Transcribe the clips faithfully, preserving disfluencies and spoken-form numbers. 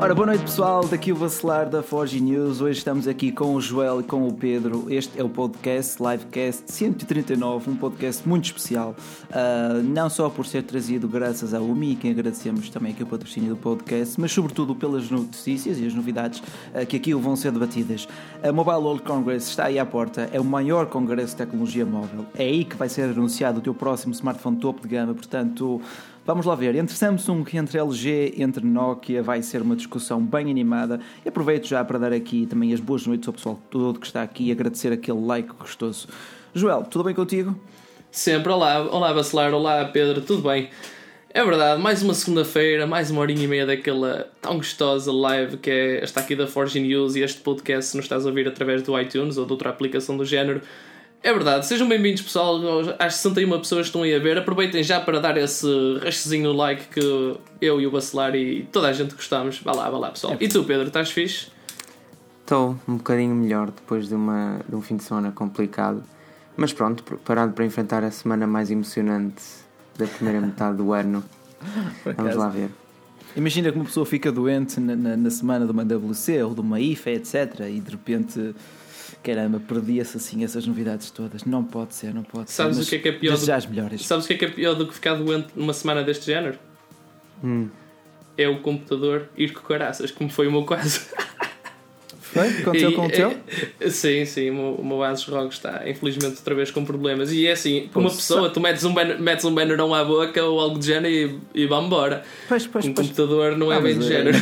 Ora, boa noite pessoal, daqui o Vacilar da Forge News. Hoje estamos aqui com o Joel e com o Pedro. Este é o podcast, Livecast cento e trinta e nove, um podcast muito especial, uh, não só por ser trazido graças à U M I, quem agradecemos também aqui o patrocínio do podcast, mas sobretudo pelas notícias e as novidades uh, que aqui vão ser debatidas. A Mobile World Congress está aí à porta, é o maior congresso de tecnologia móvel. É aí que vai ser anunciado o teu próximo smartphone topo de gama, portanto... Vamos lá ver, entre Samsung, entre L G, entre Nokia, vai ser uma discussão bem animada. E aproveito já para dar aqui também as boas noites ao pessoal todo que está aqui e agradecer aquele like gostoso. Joel, tudo bem contigo? Sempre, olá, olá Bacelar, olá Pedro, tudo bem? É verdade, mais uma segunda-feira, mais uma horinha e meia daquela tão gostosa live que é esta aqui da Forge News e este podcast se nos estás a ouvir através do iTunes ou de outra aplicação do género. É verdade, sejam bem-vindos pessoal, às sessenta e uma pessoas que estão aí a ver, aproveitem já para dar esse rushzinho no like que eu e o Bacelar e toda a gente gostamos. Vá lá, vá lá pessoal. E tu Pedro, estás fixe? Estou um bocadinho melhor depois de, uma, de um fim de semana complicado, mas pronto, preparado para enfrentar a semana mais emocionante da primeira metade do ano. Vamos lá ver. Imagina que uma pessoa fica doente na, na, na semana de uma W C ou de uma I F A, etcétera e de repente... Caramba, perdia-se assim essas novidades todas. Não pode ser, não pode Sabes ser. O que é que é pior do... as melhores. Sabes o que é que é pior do que ficar doente numa semana deste género? Hum. É o computador ir com caraças, como foi o meu caso. Foi? Aconteceu com o teu? É, sim, sim, o meu, o meu Asus R O G está infelizmente outra vez com problemas. E é assim, com uma pessoa, tu metes um, banner, metes um bannerão à boca ou algo de género e, e vamos embora. Pois, pois, um pois. computador não é ah, bem de género.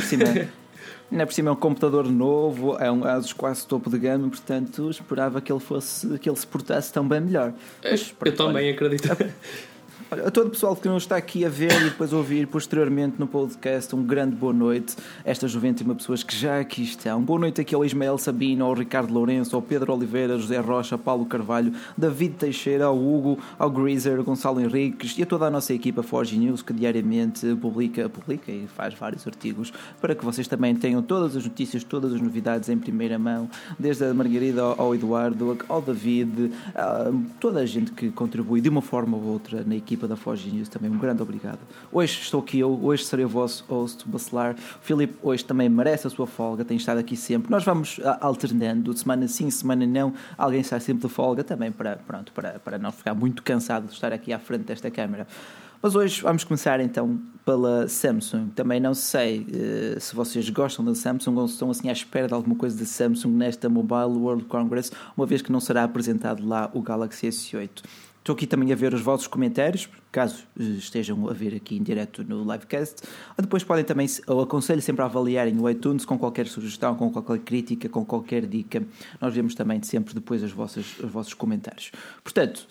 Ainda por cima é um computador novo, é um Asus quase topo de gama, portanto esperava que ele fosse, que ele se portasse tão bem melhor. Mas, eu também olha, acredito. Olha, a todo o pessoal que não está aqui a ver e depois ouvir posteriormente no podcast, um grande boa noite. Estas noventa e uma pessoas que já aqui estão. Boa noite aqui ao Ismael Sabino, ao Ricardo Lourenço, ao Pedro Oliveira, José Rocha, Paulo Carvalho, David Teixeira, ao Hugo, ao Greaser, Gonçalo Henriques e a toda a nossa equipa Forge News que diariamente publica, publica e faz vários artigos para que vocês também tenham todas as notícias, todas as novidades em primeira mão, desde a Margarida ao Eduardo, ao David, a toda a gente que contribui de uma forma ou outra na equipa da Forge News, também um grande obrigado. Hoje estou aqui eu, hoje serei o vosso host, o Bacelar. O Filipe hoje também merece a sua folga, tem estado aqui sempre. Nós vamos alternando, semana sim, semana não, alguém está sempre de folga também para, pronto, para, para não ficar muito cansado de estar aqui à frente desta câmara. Mas hoje vamos começar então pela Samsung. Também não sei uh, se vocês gostam da Samsung ou se estão assim à espera de alguma coisa da Samsung nesta Mobile World Congress, uma vez que não será apresentado lá o Galaxy S oito. Estou aqui também a ver os vossos comentários, caso estejam a ver aqui em direto no livecast. Ou depois podem também, eu aconselho sempre a avaliarem o iTunes com qualquer sugestão, com qualquer crítica, com qualquer dica. Nós vemos também sempre depois as vossas, os vossos comentários. Portanto,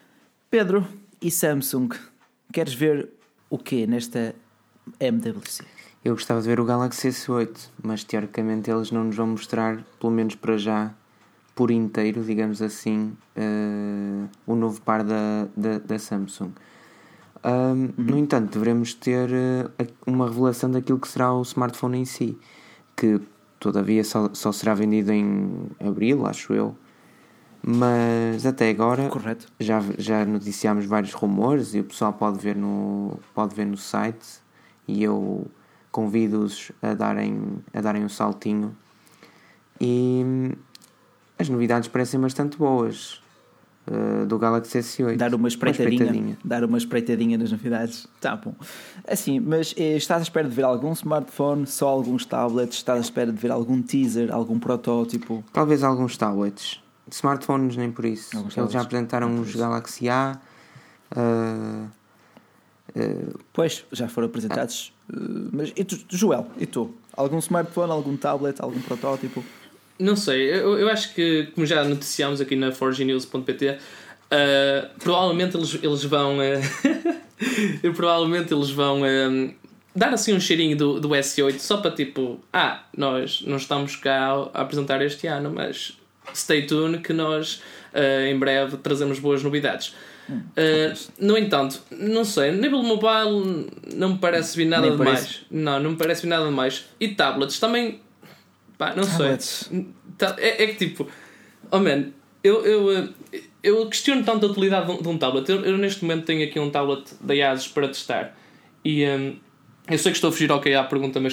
Pedro e Samsung, queres ver o quê nesta M W C? Eu gostava de ver o Galaxy S oito, mas teoricamente eles não nos vão mostrar, pelo menos para já, por inteiro, digamos assim, uh, o novo par da, da, da Samsung. Um, uhum. No entanto, devemos ter uh, uma revelação daquilo que será o smartphone em si, que todavia só, só será vendido em abril, acho eu. Mas até agora Correto. já, já noticiámos vários rumores e o pessoal pode ver no, pode ver no site, e eu convido-os a darem, a darem um saltinho. E as novidades parecem bastante boas uh, do Galaxy S oito. Dar uma espreitadinha, uma espreitadinha. Dar uma espreitadinha nas novidades. Tá bom. Assim, mas eh, estás à espera de ver algum smartphone, só alguns tablets? Estás à espera de ver algum teaser, algum protótipo? Talvez alguns tablets. Smartphones nem por isso. Alguns Eles tablets. já apresentaram os Galaxy A. Uh, uh, pois, já foram apresentados. Ah. Uh, mas e tu, Joel, e tu? Algum smartphone, algum tablet, algum protótipo? Não sei, eu, eu acho que, como já noticiámos aqui na forge news ponto p t, uh, provavelmente eles, eles vão uh, provavelmente eles vão uh, dar assim um cheirinho do, do S oito, só para tipo, ah, nós não estamos cá a apresentar este ano, mas stay tuned que nós uh, em breve trazemos boas novidades. Hum, uh, no entanto, não sei, nível mobile não me parece vir nada de mais. Não, não me parece vir nada de mais. E tablets também. Pá, não tablets. sei. É, é que tipo, oh man, eu, eu, eu questiono tanto a utilidade de um, de um tablet. Eu, eu neste momento tenho aqui um tablet da Asus para testar. E um, eu sei que estou a fugir ok à pergunta, mas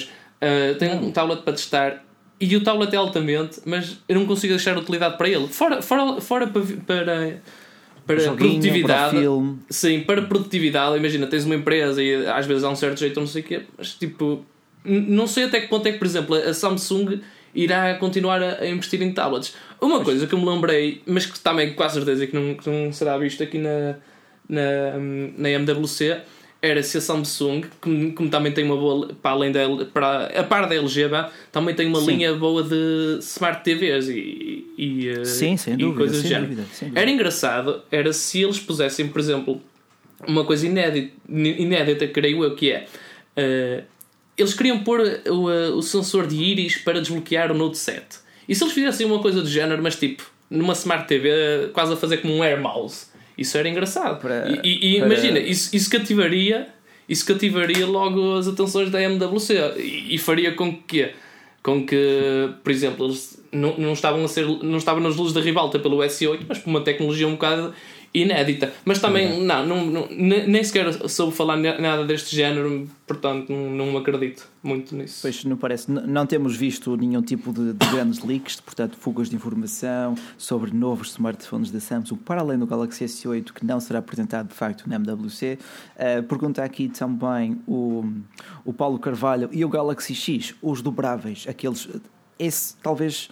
Uh, tenho um tablet para testar e o tablet é altamente, mas eu não consigo deixar utilidade para ele. Fora, fora, fora para, para, para Joguinho, produtividade. para filme. Sim, para produtividade. Imagina, tens uma empresa e às vezes há um certo jeito, não sei o quê, mas tipo, n- não sei até que ponto é que, por exemplo, a Samsung irá continuar a, a investir em tablets. Uma coisa que eu me lembrei, mas que também com a certeza que não, que não será visto aqui na, na, na M W C, era se a Samsung, como, como também tem uma boa, para além da, para a par da L G, bah, também tem uma Sim. linha boa de Smart T Vs e, e, uh, Sim, sem e dúvida, coisas do sem género. dúvida, sem dúvida. Era engraçado, era se eles pusessem, por exemplo, uma coisa inédita, inédita creio eu, que é uh, eles queriam pôr o, uh, o sensor de íris para desbloquear o Note sete. E se eles fizessem uma coisa do género, mas tipo, numa Smart T V, quase a fazer como um Air Mouse, isso era engraçado. Para, e e, e para... imagina, isso, isso cativaria isso cativaria logo as atenções da M W C e, e faria com que com que, por exemplo, eles não, não estavam a ser não estavam nas luzes da ribalta pelo S oito, mas por uma tecnologia um bocado inédita. Mas também uhum. não, não, não, nem sequer soube falar nada deste género, portanto não, não acredito muito nisso. Pois não parece, não, não temos visto nenhum tipo de, de grandes leaks, portanto fugas de informação sobre novos smartphones da Samsung, para além do Galaxy S oito, que não será apresentado de facto na M W C. Uh, pergunta aqui também o, o Paulo Carvalho, e o Galaxy X, os dobráveis, aqueles, esse talvez...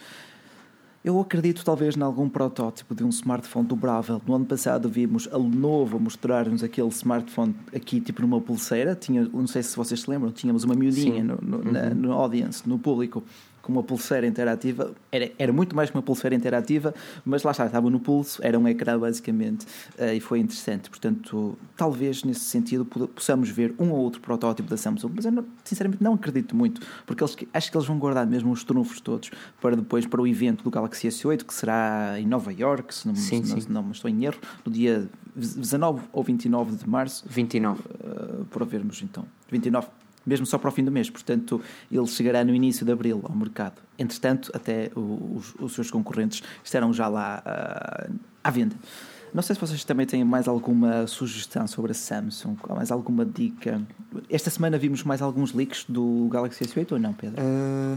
Eu acredito talvez em algum protótipo de um smartphone dobrável. No ano passado vimos a Lenovo mostrar-nos aquele smartphone aqui tipo numa pulseira. Tinha, não sei se vocês se lembram, tínhamos uma miudinha no, no, uhum. na, no audience, no público, com uma pulseira interativa. Era, era muito mais que uma pulseira interativa, mas lá está, estava no pulso, era um ecrã basicamente, uh, e foi interessante. Portanto, talvez nesse sentido possamos ver um ou outro protótipo da Samsung, mas eu não, sinceramente não acredito muito, porque eles, acho que eles vão guardar mesmo os trunfos todos para depois, para o evento do Galaxy S oito, que será em Nova York, se não, sim, se não, sim. não, não estou em erro, no dia dezanove ou vinte e nove de março. vinte e nove. Uh, para vermos então. vinte e nove. Mesmo só para o fim do mês, portanto ele chegará no início de abril ao mercado. Entretanto, até os, os seus concorrentes estarão já lá uh, à venda. Não sei se vocês também têm mais alguma sugestão sobre a Samsung, ou mais alguma dica. Esta semana vimos mais alguns leaks do Galaxy S oito ou não, Pedro? Uh,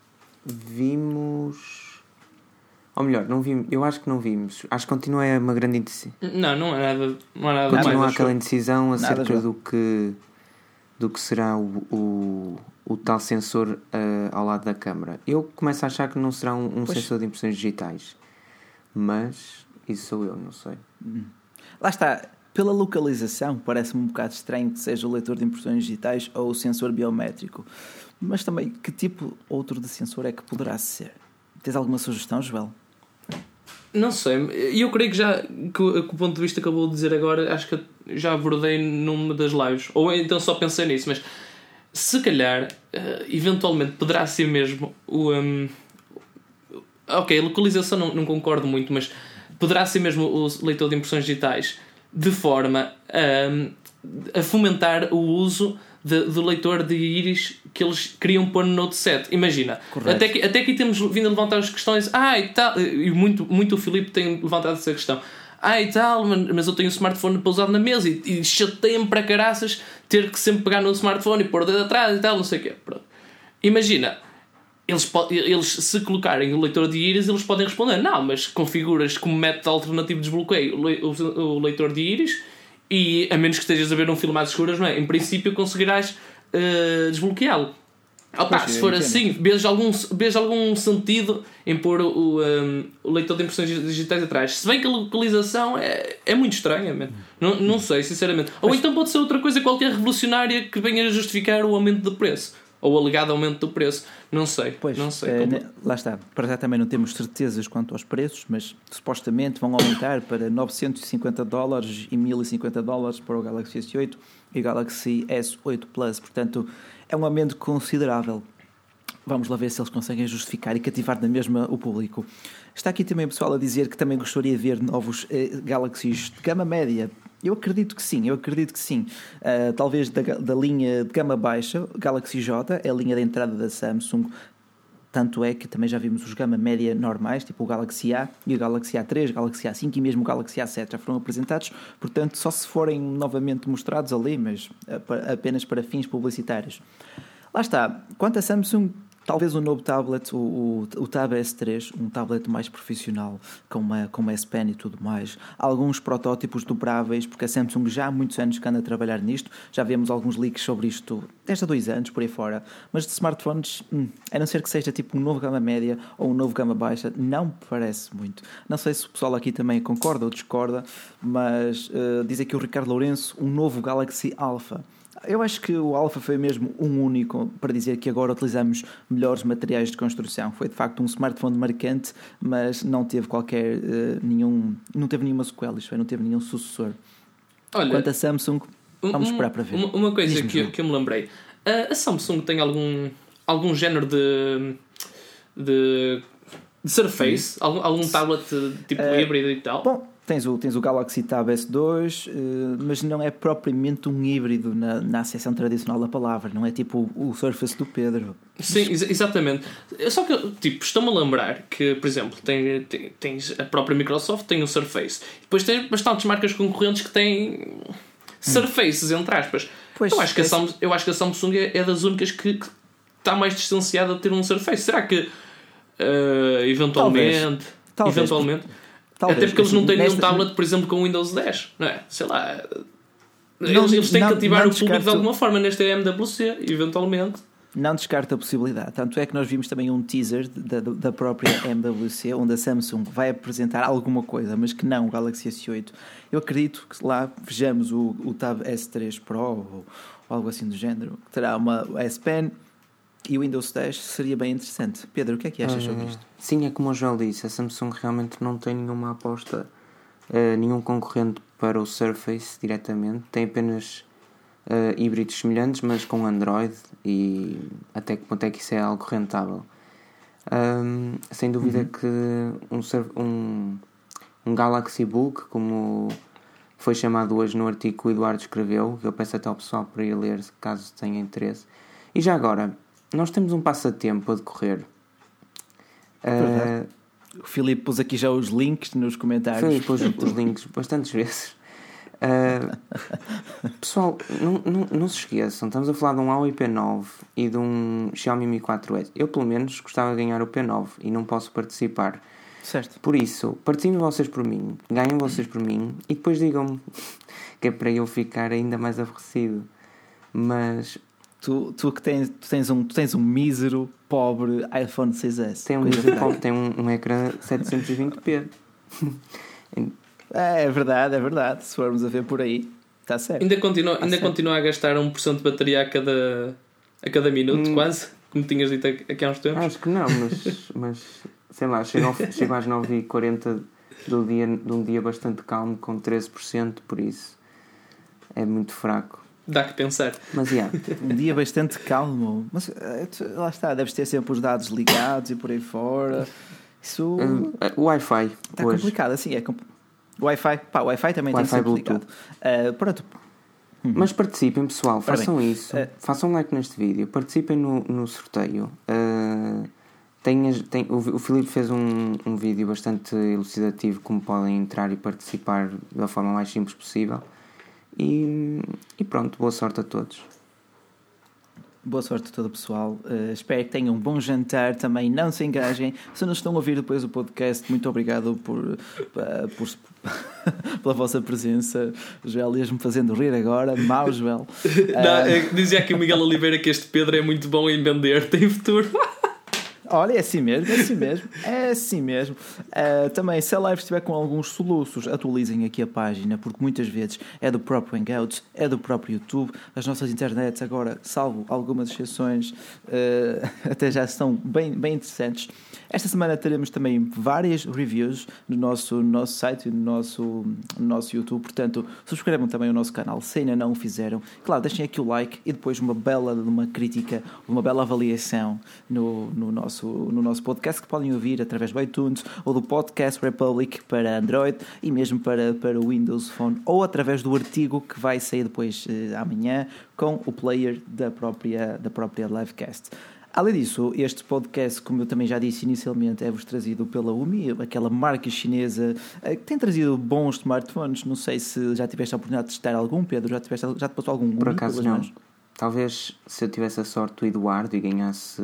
vimos... Ou melhor, não vimos, eu acho que não vimos. Acho que continua uma grande indecisão. Não, não é nada, não é nada continua mais, aquela indecisão nada acerca do que... do que será o, o, o tal sensor uh, ao lado da câmara. Eu começo a achar que não será um, um sensor de impressões digitais, mas isso sou eu, não sei. Hum. Lá está, pela localização parece-me um bocado estranho que seja o leitor de impressões digitais ou o sensor biométrico, mas também que tipo outro de sensor é que poderá ser? Tens alguma sugestão, Joel? Não sei, eu creio que já que, que o ponto de vista que eu vou dizer agora, acho que já abordei numa das lives, ou então só pensei nisso, mas se calhar uh, eventualmente poderá ser mesmo o um, ok, a localização não, não concordo muito, mas poderá ser mesmo o leitor de impressões digitais de forma um, a fomentar o uso de, do leitor de íris que eles queriam pôr no Note sete. Imagina, até que, até aqui temos vindo a levantar as questões, ah, e tal, e muito, muito o Filipe tem levantado essa questão, ah, e tal, mas eu tenho o smartphone pousado na mesa e, e chateia-me para caraças ter que sempre pegar no smartphone e pôr o dedo atrás e tal, não sei o quê. Pronto. Imagina, eles, eles se colocarem o leitor de íris, eles podem responder, não, mas configuras como método alternativo de desbloqueio o, o leitor de íris, e a menos que estejas a ver um filme às escuras, não é? Em princípio conseguirás uh, desbloqueá-lo. Opa, se for assim, vejo algum, vejo algum sentido em pôr o, um, o leitor de impressões digitais atrás. Se bem que a localização é, é muito estranha, man. Não, não sei, sinceramente. Ou então pode ser outra coisa qualquer revolucionária que venha a justificar o aumento de preço. Ou o alegado aumento do preço. Não sei. Pois, não sei é, lá está. Para já também não temos certezas quanto aos preços, mas supostamente vão aumentar para novecentos e cinquenta dólares e mil e cinquenta dólares para o Galaxy S oito e o Galaxy S oito Plus. Portanto, é um aumento considerável. Vamos lá ver se eles conseguem justificar e cativar na mesma o público. Está aqui também o pessoal a dizer que também gostaria de ver novos eh, Galaxies de gama média. Eu acredito que sim, eu acredito que sim. Uh, talvez da, da linha de gama baixa, Galaxy J, é a linha de entrada da Samsung. Tanto é que também já vimos os gama média normais, tipo o Galaxy A e o Galaxy A três, Galaxy A cinco e mesmo o Galaxy A sete já foram apresentados. Portanto, só se forem novamente mostrados ali, mas apenas para fins publicitários. Lá está, quanto a Samsung, talvez um novo tablet, o, o, o Tab S três, um tablet mais profissional, com uma, com uma S Pen e tudo mais. Alguns protótipos dobráveis, porque a Samsung já há muitos anos que anda a trabalhar nisto, já vemos alguns leaks sobre isto desde há dois anos, por aí fora. Mas de smartphones, hum, a não ser que seja tipo um novo gama média ou um novo gama baixa, não me parece muito. Não sei se o pessoal aqui também concorda ou discorda, mas uh, diz aqui o Ricardo Lourenço, um novo Galaxy Alpha. Eu acho que o Alpha foi mesmo um único para dizer que agora utilizamos melhores materiais de construção. Foi de facto um smartphone marcante, mas não teve qualquer uh, nenhum, não teve nenhuma sequela, isto é, não teve nenhum sucessor. Olha, quanto a Samsung, vamos um, esperar para ver. Uma, uma coisa que, que eu me lembrei, a, a Samsung tem algum algum género de de, de Surface, algum, algum tablet tipo uh, híbrido e tal? Bom, Tens o, tens o Galaxy Tab S dois, uh, mas não é propriamente um híbrido na, na acessão tradicional da palavra, não é tipo o, o Surface do Pedro. Sim, ex- exatamente. Só que, tipo, estou-me a lembrar que, por exemplo, tem, tem, tens a própria Microsoft, tem o Surface. Depois tens bastantes marcas concorrentes que têm Surfaces, hum. entre aspas. Pois, eu, acho que a Samsung, eu acho que a Samsung é, é das únicas que, que está mais distanciada de ter um Surface. Será que, uh, eventualmente... Talvez. Talvez. Eventualmente... Talvez, até porque eles não têm nenhum tablet, por exemplo, com Windows dez, não é? Sei lá. Eles, não, eles têm não, que ativar não o público de alguma forma nesta M W C, eventualmente. Não descarta a possibilidade. Tanto é que nós vimos também um teaser da, da própria M W C, onde a Samsung vai apresentar alguma coisa, mas que não o Galaxy S oito. Eu acredito que lá vejamos o, o Tab S três Pro ou, ou algo assim do género, que terá uma S Pen e o Windows dez. Seria bem interessante. Pedro, o que é que achas uh, sobre isto? Sim, é como o Joel disse, a Samsung realmente não tem nenhuma aposta, uh, nenhum concorrente para o Surface diretamente, tem apenas uh, híbridos semelhantes, mas com Android, e até que ponto é que isso é algo rentável. Um, sem dúvida uhum. que um, um, um Galaxy Book, como foi chamado hoje no artigo que o Eduardo escreveu, que eu peço até ao pessoal para ir ler, caso tenha interesse. E já agora, nós temos um passatempo a decorrer. Uh, o Filipe pôs aqui já os links nos comentários. Foi, pôs os links bastantes vezes. Uh, pessoal, não, não, não se esqueçam, estamos a falar de um Huawei P nove e de um Xiaomi Mi quatro S. Eu, pelo menos, gostava de ganhar o P nove e não posso participar. Certo. Por isso, participem vocês por mim, ganhem vocês por mim e depois digam-me que é para eu ficar ainda mais aborrecido. Mas... Tu, tu que tens, tu tens, um, tu tens um mísero, pobre iPhone seis S. Tem um mísero pobre, tem um, um ecrã setecentos e vinte p. É verdade, é verdade. Se formos a ver por aí, está certo. Ainda continua, ainda continua a gastar um por cento de bateria a cada, a cada minuto, hum. quase, como tinhas dito aqui há uns tempos. Acho que não, mas, mas sei lá, chego, ao, chego às nove e quarenta do dia, de um dia bastante calmo, com treze por cento, por isso é muito fraco. Dá que pensar. Mas yeah. Um dia bastante calmo. Mas lá está, deves ter sempre os dados ligados e por aí fora. Isso. Uh, o Wi-Fi. Está hoje. Complicado, assim. É compl... Wi-Fi, pá, o Wi-Fi também Wi-Fi tem que ser complicado. Uh, pronto. Uhum. Mas participem, pessoal, façam bem, isso. Uh, façam um like neste vídeo, participem no, no sorteio. Uh, tem, tem, o, o Filipe fez um, um vídeo bastante elucidativo, como podem entrar e participar da forma mais simples possível. E, e pronto, boa sorte a todos. Boa sorte a todo o pessoal. Uh, espero que tenham um bom jantar também. Não se engajem. Se não estão a ouvir depois o podcast, muito obrigado por, uh, por, pela vossa presença. Joel, ias-me fazendo rir agora. Mau, Joel. Não, uh, dizia aqui o Miguel Oliveira que este Pedro é muito bom em vender. Tem futuro. Olha, é assim mesmo, é assim mesmo, é assim mesmo. Uh, também, se a live estiver com alguns soluços, atualizem aqui a página, porque muitas vezes é do próprio Hangouts, é do próprio YouTube. As nossas internets agora, salvo algumas exceções, uh, até já estão bem, bem interessantes. Esta semana teremos também várias reviews no nosso, no nosso site e no nosso, no nosso YouTube, portanto, subscrevam também o nosso canal, se ainda não o fizeram. Claro, deixem aqui o like e depois uma bela uma crítica, uma bela avaliação no, no nosso no nosso podcast, que podem ouvir através do iTunes ou do Podcast Republic para Android e mesmo para, para o Windows Phone, ou através do artigo que vai sair depois eh, amanhã com o player da própria, da própria Livecast. Além disso, este podcast, como eu também já disse inicialmente, é-vos trazido pela Umi, aquela marca chinesa que tem trazido bons smartphones. Não sei se já tiveste a oportunidade de testar algum, Pedro. Já, tiveste, já te passou algum? Por acaso não. Mãos? talvez se eu tivesse a sorte do Eduardo e ganhasse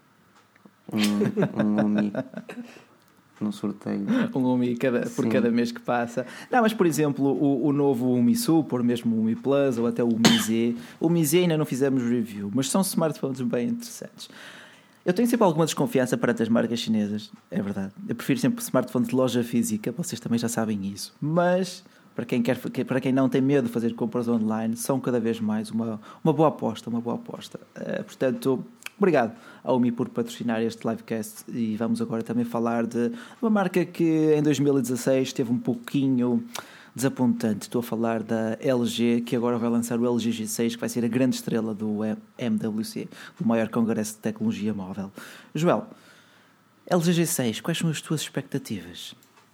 um, um Umi num sorteio. Um Umi cada, por Sim. cada mês que passa. Não, mas por exemplo, o, o novo Umi Super, mesmo o Umi Plus ou até o Umi Z. O Umi Z ainda não fizemos review, mas são smartphones bem interessantes. Eu tenho sempre alguma desconfiança perante as marcas chinesas, é verdade. Eu prefiro sempre smartphones de loja física, vocês também já sabem isso. Mas para quem, quer, para quem não tem medo de fazer compras online, são cada vez mais uma, uma boa aposta, uma boa aposta. Uh, portanto, obrigado ao Umi por patrocinar este livecast e vamos agora também falar de uma marca que em dois mil e dezasseis esteve um pouquinho desapontante. Estou a falar da L G, que agora vai lançar o L G G seis, que vai ser a grande estrela do M W C, do maior congresso de tecnologia móvel. Joel, L G G seis, quais são as tuas expectativas?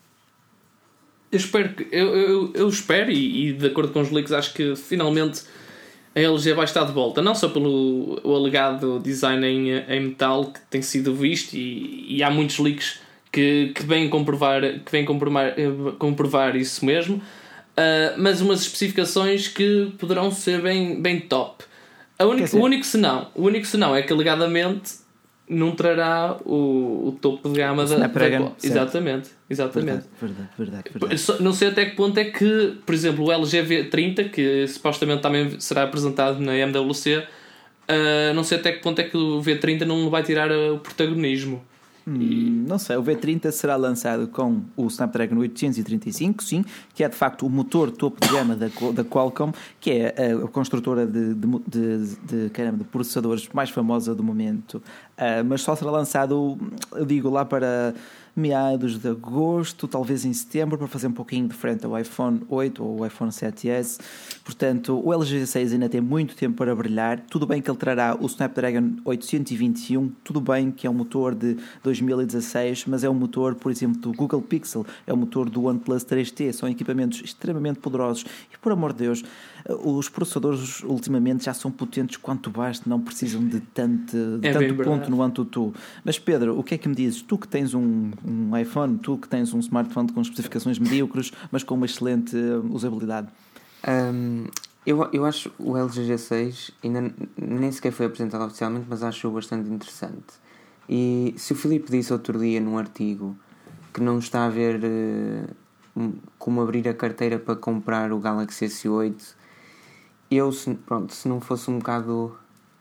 Eu espero que eu, eu, eu espero e, e de acordo com os leaks acho que finalmente a L G vai estar de volta, não só pelo o alegado design em, em metal que tem sido visto e, e há muitos leaks que, que vêm comprovar, que vêm comprovar, comprovar isso mesmo, uh, mas umas especificações que poderão ser bem, bem top. A única, o único senão, o único senão é que alegadamente não trará o, o topo de gama o da, Snapdragon, da exatamente, exatamente. Verdade, verdade, verdade, verdade. Não sei até que ponto é que, por exemplo, o L G V trinta, que supostamente também será apresentado na M W C, uh, não sei até que ponto é que o V trinta não vai tirar o protagonismo. Hum, e... Não sei, o V trinta será lançado com o Snapdragon oitocentos e trinta e cinco, sim, que é de facto o motor topo de gama da, da Qualcomm, que é a, a construtora de, de, de, de, caramba, de processadores mais famosa do momento, uh, mas só será lançado, eu digo, lá para meados de agosto, talvez em setembro, para fazer um pouquinho diferente ao iPhone oito ou o iPhone sete S. Portanto, o L G seis ainda tem muito tempo para brilhar. Tudo bem que ele trará o Snapdragon oitocentos e vinte e um, tudo bem que é um motor de dois mil e dezasseis, mas é um motor, por exemplo, do Google Pixel, é um motor do OnePlus três T, são equipamentos extremamente poderosos e, por amor de Deus, os processadores ultimamente já são potentes quanto basta, não precisam de tanto, de é tanto ponto no AnTuTu. Mas Pedro, o que é que me dizes? Tu que tens um, um iPhone, tu que tens um smartphone com especificações medíocres, mas com uma excelente usabilidade. Um, eu, eu acho o L G G seis ainda nem sequer foi apresentado oficialmente, mas acho bastante interessante. E se o Filipe disse outro dia num artigo que não está a ver uh, como abrir a carteira para comprar o Galaxy S oito, eu, se, pronto, se não fosse um bocado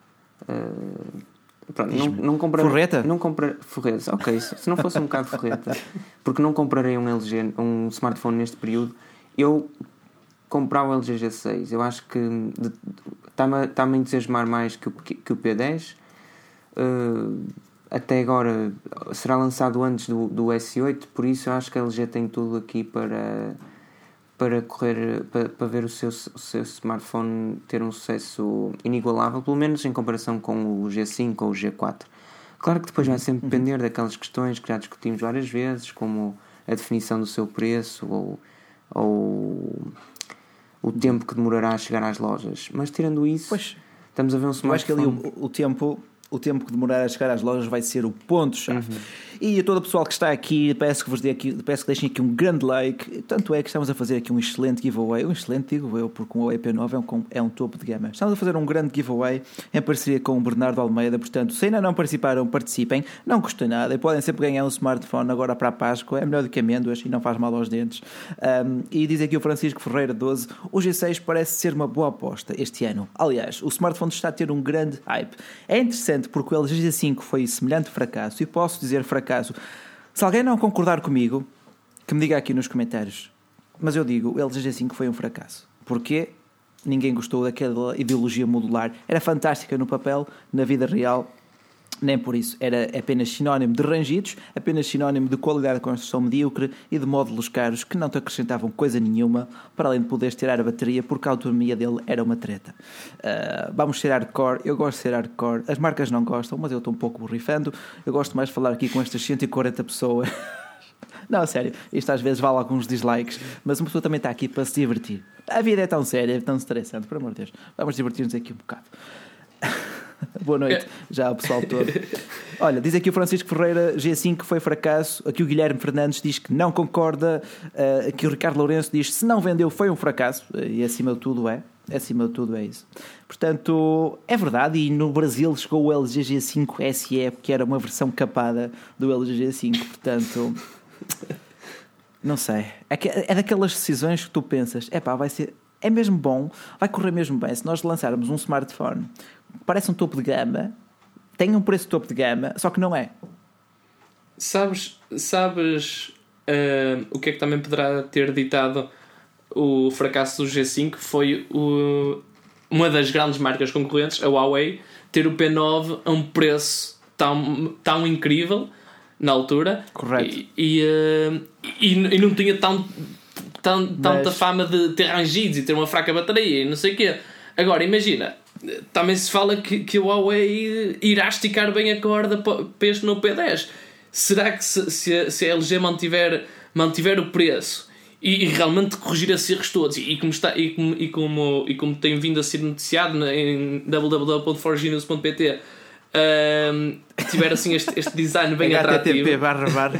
uh, pronto, não, não comprar, forreta? Não comprar, forreta, ok, se, se não fosse um bocado forreta, porque não comprarei um L G, um smartphone neste período, eu comprar o L G G seis. Eu acho que está-me tá a entusiasmar mais que o, que o P dez. Uh, até agora será lançado antes do, do S oito, por isso eu acho que a L G tem tudo aqui para, para correr, para, para ver o seu, o seu smartphone ter um sucesso inigualável, pelo menos em comparação com o G cinco ou o G quatro. Claro que depois vai sempre depender daquelas questões que já discutimos várias vezes, como a definição do seu preço ou, ou o tempo que demorará a chegar às lojas. Mas tirando isso, pois, estamos a ver um smartphone... Eu acho que ali o, o tempo... O tempo que demorar a chegar às lojas vai ser o ponto-chave. Uhum. E a todo o pessoal que está aqui, peço que vos dê aqui, peço que deixem aqui um grande like. Tanto é que estamos a fazer aqui um excelente giveaway. Um excelente, digo eu, porque o E P nove é um, é um topo de gama. Estamos a fazer um grande giveaway em parceria com o Bernardo Almeida. Portanto, se ainda não participaram, participem. Não custa nada e podem sempre ganhar um smartphone agora para a Páscoa. É melhor do que amêndoas e não faz mal aos dentes. Um, e diz aqui o Francisco Ferreira doze: o G seis parece ser uma boa aposta este ano. Aliás, o smartphone está a ter um grande hype. É interessante porque o L G G cinco foi semelhante fracasso, e posso dizer fracasso. Se alguém não concordar comigo, que me diga aqui nos comentários. Mas eu digo, o L G G cinco foi um fracasso. Porquê? Ninguém gostou daquela ideologia modular. Era fantástica no papel, na vida real nem por isso. Era apenas sinónimo de rangidos, apenas sinónimo de qualidade de construção medíocre e de módulos caros que não te acrescentavam coisa nenhuma, para além de poderes tirar a bateria, porque a autonomia dele era uma treta. Uh, vamos ser hardcore, eu gosto de ser hardcore, as marcas não gostam, mas eu estou um pouco borrifando. Eu gosto mais de falar aqui com estas cento e quarenta pessoas. Não, a sério, isto às vezes vale alguns dislikes, mas uma pessoa também está aqui para se divertir. A vida é tão séria, é tão estressante, por amor de Deus. Vamos divertir-nos aqui um bocado. Boa noite, já o pessoal todo. Olha, diz aqui o Francisco Ferreira, G cinco foi fracasso. Aqui o Guilherme Fernandes diz que não concorda. Aqui o Ricardo Lourenço diz: se não vendeu foi um fracasso. E acima de tudo é. Acima de tudo é isso. Portanto, é verdade, e no Brasil chegou o L G G cinco S E, que era uma versão capada do L G G cinco, portanto, não sei. É, que, é daquelas decisões que tu pensas, é pá, vai ser, é mesmo bom, vai correr mesmo bem. Se nós lançarmos um smartphone, parece um topo de gama, tem um preço de topo de gama, só que não é. Sabes, sabes uh, o que é que também poderá ter ditado o fracasso do G cinco? Foi o, uma das grandes marcas concorrentes, a Huawei, ter o P nove a um preço tão, tão incrível na altura. Correto. E, e, uh, e, e não tinha tão, tão, Mas... tanta fama de ter rangidos e ter uma fraca bateria e não sei o quê. Agora, imagina, também se fala que, que a Huawei irá esticar bem a corda para este no P dez. Será que se, se, a, se a L G mantiver, mantiver o preço e, e realmente corrigir esses erros todos, e, e, como está, e, como, e, como, e como tem vindo a ser noticiado em w w w ponto forge news ponto p t, um, tiver assim este, este design bem H T T P atrativo, barra barra.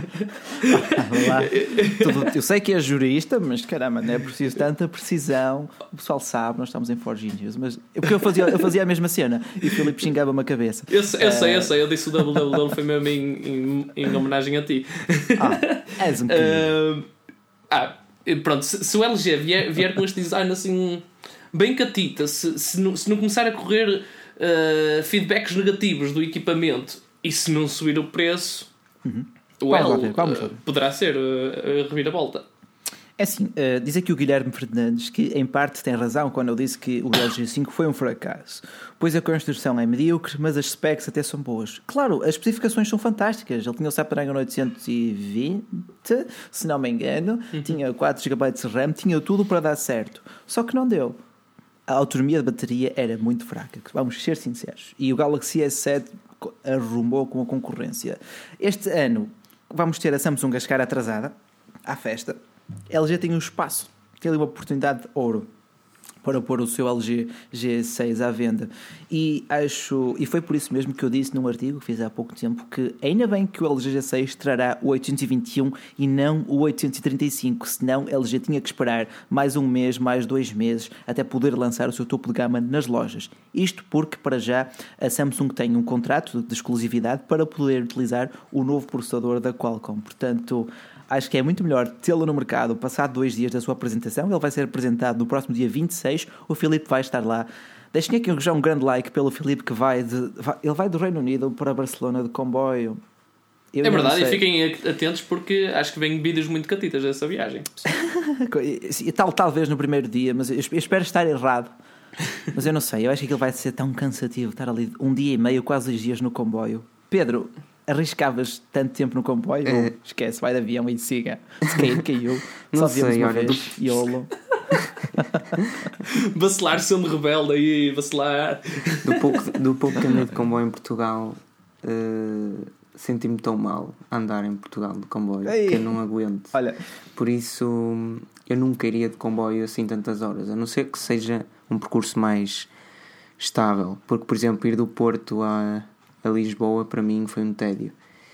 Tudo, eu sei que é jurista, mas caramba, não é preciso tanta precisão. O pessoal sabe, nós estamos em Forge News, mas porque eu fazia, eu fazia a mesma cena e o Filipe xingava-me a cabeça. Eu, sei, eu, uh... sei, eu sei, eu disse o w w w foi mesmo em, em, em homenagem a ti. Ah, és um uh, ah, pronto, se, se o L G vier, vier com este design assim bem catita, se, se, não, se não começar a correr uh, feedbacks negativos do equipamento e se não subir o preço, uhum. o L ver, uh, poderá ser uh, a reviravolta. É assim, uh, diz aqui o Guilherme Fernandes que em parte tem razão quando ele disse que o L G cinco foi um fracasso, pois a construção é medíocre, mas as specs até são boas. Claro, as especificações são fantásticas. Ele tinha o Snapdragon oitocentos e vinte, se não me engano, uhum. tinha quatro gigabytes de RAM, tinha tudo para dar certo, só que não deu. A autonomia de bateria era muito fraca, vamos ser sinceros, e o Galaxy S sete arrumou com a concorrência. Este ano vamos ter a Samsung a chegar atrasada à festa. A L G tem um espaço, tem ali uma oportunidade de ouro para pôr o seu L G G seis à venda, e acho, e foi por isso mesmo que eu disse num artigo que fiz há pouco tempo que ainda bem que o L G G seis trará o oitocentos e vinte e um e não o oitocentos e trinta e cinco, senão a L G tinha que esperar mais um mês, mais dois meses até poder lançar o seu topo de gama nas lojas. Isto porque para já a Samsung tem um contrato de exclusividade para poder utilizar o novo processador da Qualcomm, portanto acho que é muito melhor tê-lo no mercado passado dois dias da sua apresentação. Ele vai ser apresentado no próximo dia vinte e seis. O Filipe vai estar lá. Deixem aqui já um grande like pelo Filipe, que vai, de, vai ele vai do Reino Unido para Barcelona de comboio. Eu é verdade, e fiquem atentos porque acho que vêm vídeos muito catitas dessa viagem. e tal, talvez no primeiro dia, mas eu espero estar errado. Mas eu não sei, eu acho que aquilo vai ser tão cansativo estar ali um dia e meio, quase dois dias no comboio. Pedro, arriscavas tanto tempo no comboio? É. Esquece, vai de avião e siga. Se cair, caiu. Não Só viemos uma olha, vez. YOLO. Vacilar sendo rebelde aí, vacilar. Do pouco, do pouco que andei de comboio em Portugal, uh, senti-me tão mal a andar em Portugal de comboio. Ei. Que eu não aguento. Olha. Por isso, eu nunca iria de comboio assim tantas horas, a não ser que seja um percurso mais estável. Porque, por exemplo, ir do Porto a a Lisboa para mim foi um tédio,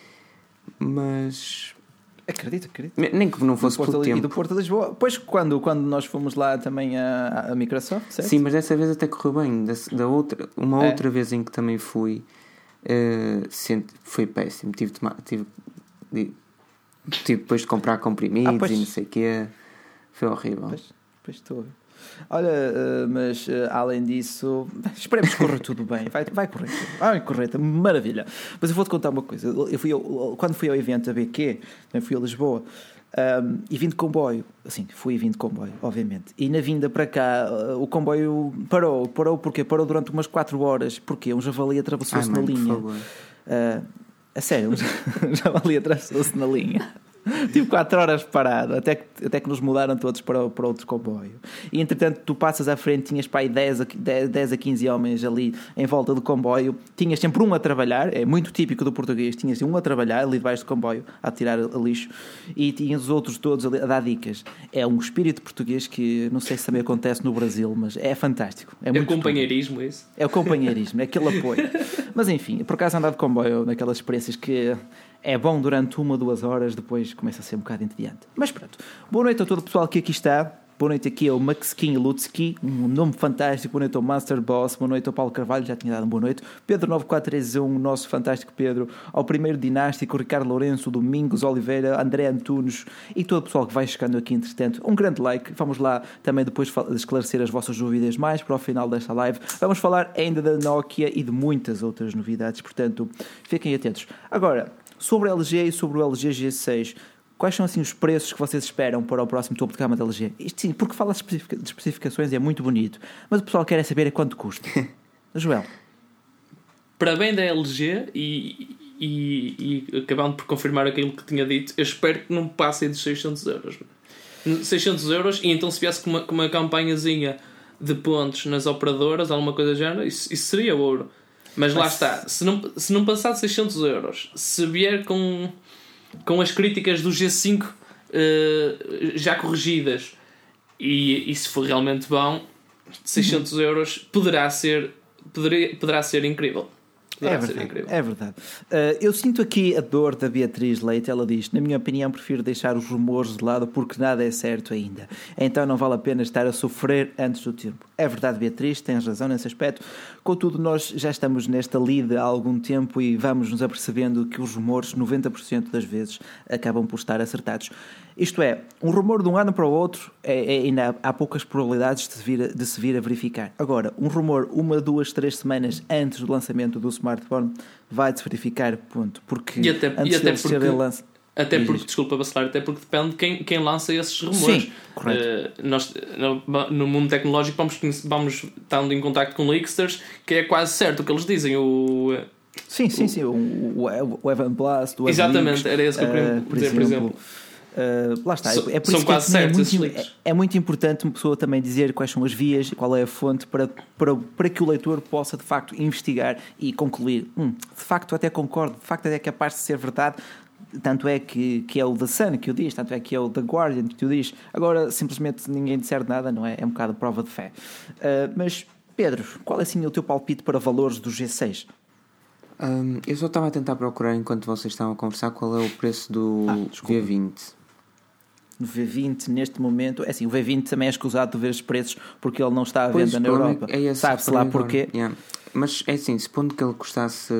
mas acredito, acredito. Nem que não fosse por tempo. E do Porto a Lisboa, pois quando, quando nós fomos lá também a, a Microsoft, certo? Sim, mas dessa vez até correu bem. Da, da outra, uma é. outra vez em que também fui, uh, senti, foi péssimo. Tive, tive, tive, tive depois de comprar comprimidos ah, e não sei o quê, foi horrível. Pois, pois estou a ver. Olha, uh, mas uh, além disso, esperemos que corra tudo bem. Vai, vai correr tudo. Vai correr, maravilha. Mas eu vou-te contar uma coisa. Eu fui ao, quando fui ao evento A B Q, também fui a Lisboa, um, e vim de comboio. Assim, fui e vim de comboio, obviamente. E na vinda para cá, uh, o comboio parou. Parou porque Parou durante umas quatro horas. Porque um javali atravessou-se Ai, na mãe, linha. Uh, a sério, um javali atravessou-se na linha. Tive quatro horas parado, até que, até que nos mudaram todos para, para outro comboio. E entretanto, tu passas à frente, tinhas para aí dez a quinze homens ali em volta do comboio. Tinhas sempre um a trabalhar, é muito típico do português. Tinhas um a trabalhar ali debaixo do comboio, a tirar a lixo, e tinhas os outros todos a dar dicas. É um espírito português que não sei se também acontece no Brasil, mas é fantástico. É, é muito o companheirismo, é isso? É o companheirismo, é aquele apoio. Mas enfim, por acaso andar de comboio naquelas experiências que é bom durante uma, duas horas, depois começa a ser um bocado entediante. Mas pronto. Boa noite a todo o pessoal que aqui está. Boa noite aqui ao Maxkin Lutski, um nome fantástico. Boa noite ao Master Boss. Boa noite ao Paulo Carvalho, já tinha dado uma boa noite. Pedro nove quatro três um, nosso fantástico Pedro. Ao primeiro Dinástico, Ricardo Lourenço, Domingos Oliveira, André Antunes e todo o pessoal que vai chegando aqui, entretanto. Um grande like. Vamos lá também depois esclarecer as vossas dúvidas mais para o final desta live. Vamos falar ainda da Nokia e de muitas outras novidades, portanto, fiquem atentos. Agora, sobre a L G e sobre o L G G seis... Quais são assim os preços que vocês esperam para o próximo topo de gama da L G? Isto sim, porque fala de especificações é muito bonito, mas o pessoal quer é saber é quanto custa. Joel. Para bem da L G e, e, e acabando por confirmar aquilo que tinha dito, eu espero que não passem dos seiscentos euros. seiscentos euros, e então se viesse com uma, com uma campanhazinha de pontos nas operadoras, alguma coisa do género, isso, isso seria ouro. Mas, mas lá está, se não, se não passar de seiscentos euros, se vier com... com as críticas do G cinco uh, já corrigidas e, e se for realmente bom, seiscentos euros poderá ser, poderia, poderá ser incrível. É verdade, é verdade. Uh, eu sinto aqui a dor da Beatriz Leite. Ela diz: na minha opinião, prefiro deixar os rumores de lado porque nada é certo ainda. Então não vale a pena estar a sofrer antes do tempo. É verdade, Beatriz, tens razão nesse aspecto. Contudo, nós já estamos nesta lida há algum tempo e vamos nos apercebendo que os rumores, noventa por cento das vezes, acabam por estar acertados. Isto é, um rumor de um ano para o outro é, é, ainda há, há poucas probabilidades de se, vir, de se vir a verificar. Agora, um rumor uma, duas, três semanas antes do lançamento do smartphone vai-se verificar, ponto. Porque e até, antes e até de porque, ser lance... até porque desculpa vacilar, até porque depende de quem, quem lança esses rumores. Sim, correto. Uh, nós, no, no mundo tecnológico vamos, vamos estando em contacto com leaksters, que é quase certo o que eles dizem. O... Sim, sim, sim. O, o, o Evan Blast, o Exatamente, Evan era esse que eu queria uh, por dizer, exemplo, por exemplo. Uh, lá está, so, é por são isso quase que certos é muito, é, é muito importante uma pessoa também dizer quais são as vias e qual é a fonte para, para, para que o leitor possa de facto investigar e concluir, hum, de facto até concordo, de facto até é capaz de ser verdade. Tanto é que, que é o The Sun que o diz, tanto é que é o The Guardian que o diz. Agora simplesmente ninguém disser nada, não é? É um bocado prova de fé. Uh, mas Pedro, qual é assim o teu palpite para valores do G seis? Um, eu só estava a tentar procurar enquanto vocês estavam a conversar qual é o preço do ah, V vinte. No V vinte, neste momento, é assim, o V vinte também é escusado de ver os preços porque ele não está à venda pois, na Europa. É, é sabe-se lá porquê. Yeah. Mas é assim, supondo que ele custasse.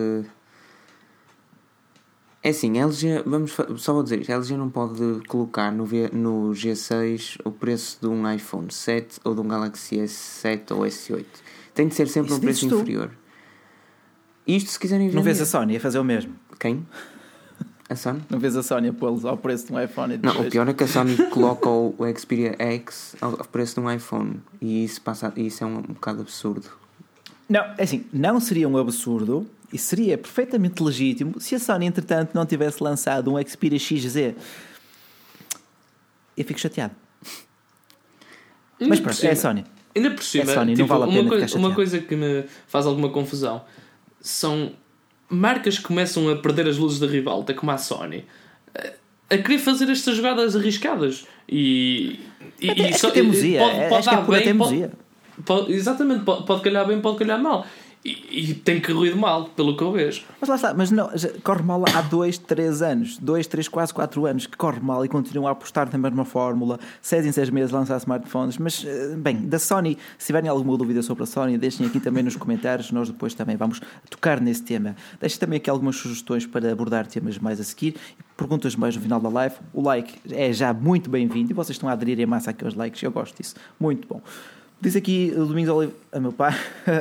É assim, a L G, vamos, só vou dizer isto: a L G não pode colocar no, v, no G seis o preço de um iPhone sete ou de um Galaxy S sete ou S oito. Tem de ser sempre Isso um preço inferior. Isto se quiserem ver. Não vês a Sony a fazer o mesmo? Quem? A Sony? Não vês a Sony a pô-los ao preço de um iPhone? Não, o pior é que a Sony coloca o, o Xperia X ao preço de um iPhone. E isso, passa, isso é um, um bocado absurdo. Não, é assim, não seria um absurdo e seria perfeitamente legítimo se a Sony, entretanto, não tivesse lançado um Xperia X Z. Eu fico chateado. Mas pronto, é a Sony. Ainda por cima, é Sony, tipo, não vale a pena uma, coisa, uma coisa que me faz alguma confusão são marcas que começam a perder as luzes da ribalta, como a Sony, a querer fazer estas jogadas arriscadas. E, e, é, e é só, que teimosia. Pode, pode dar é bem, pode, pode, exatamente, pode, pode calhar bem, pode calhar mal. E, e tem corrido mal, pelo que eu vejo. Mas lá está, mas não, corre mal há dois, três anos, dois, três, quase quatro anos que corre mal e continuam a apostar na mesma fórmula, seis em seis meses lançar smartphones. Mas, bem, da Sony, se tiverem alguma dúvida sobre a Sony, deixem aqui também nos comentários, nós depois também vamos tocar nesse tema. Deixem também aqui algumas sugestões para abordar temas mais a seguir, perguntas mais no final da live. O like é já muito bem-vindo e vocês estão a aderir em massa aqui aos likes, eu gosto disso, muito bom. Diz aqui o Domingos Oliveira, ah, meu pai,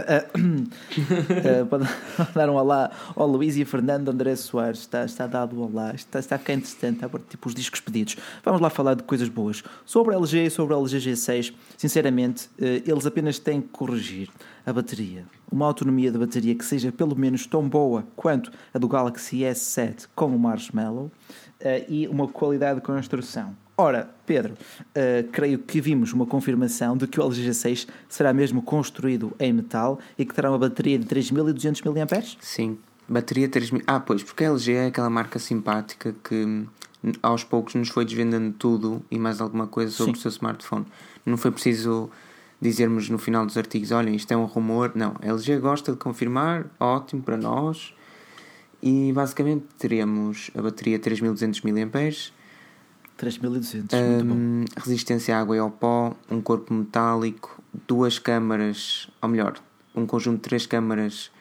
para dar um olá ao Luís e Fernando André Soares. Está, está dado um olá, está, está a ficar interessante, está tipo os discos pedidos. Vamos lá falar de coisas boas. Sobre a L G e sobre a L G G seis, sinceramente, eles apenas têm que corrigir a bateria. Uma autonomia de bateria que seja pelo menos tão boa quanto a do Galaxy S sete com o Marshmallow e uma qualidade de construção. Ora, Pedro, uh, creio que vimos uma confirmação de que o L G G seis será mesmo construído em metal e que terá uma bateria de três mil e duzentos miliampères-hora? Sim, bateria três mil... Ah, pois, porque a L G é aquela marca simpática que aos poucos nos foi desvendando tudo e mais alguma coisa sobre Sim. o seu smartphone. Não foi preciso dizermos no final dos artigos, olhem, isto é um rumor. Não, a L G gosta de confirmar, ótimo para nós. E basicamente teremos a bateria três mil e duzentos miliampères-hora, três mil e duzentos, muito bom. Um, resistência à água e ao pó, um corpo metálico, duas câmaras, ou melhor, um conjunto de três câmaras,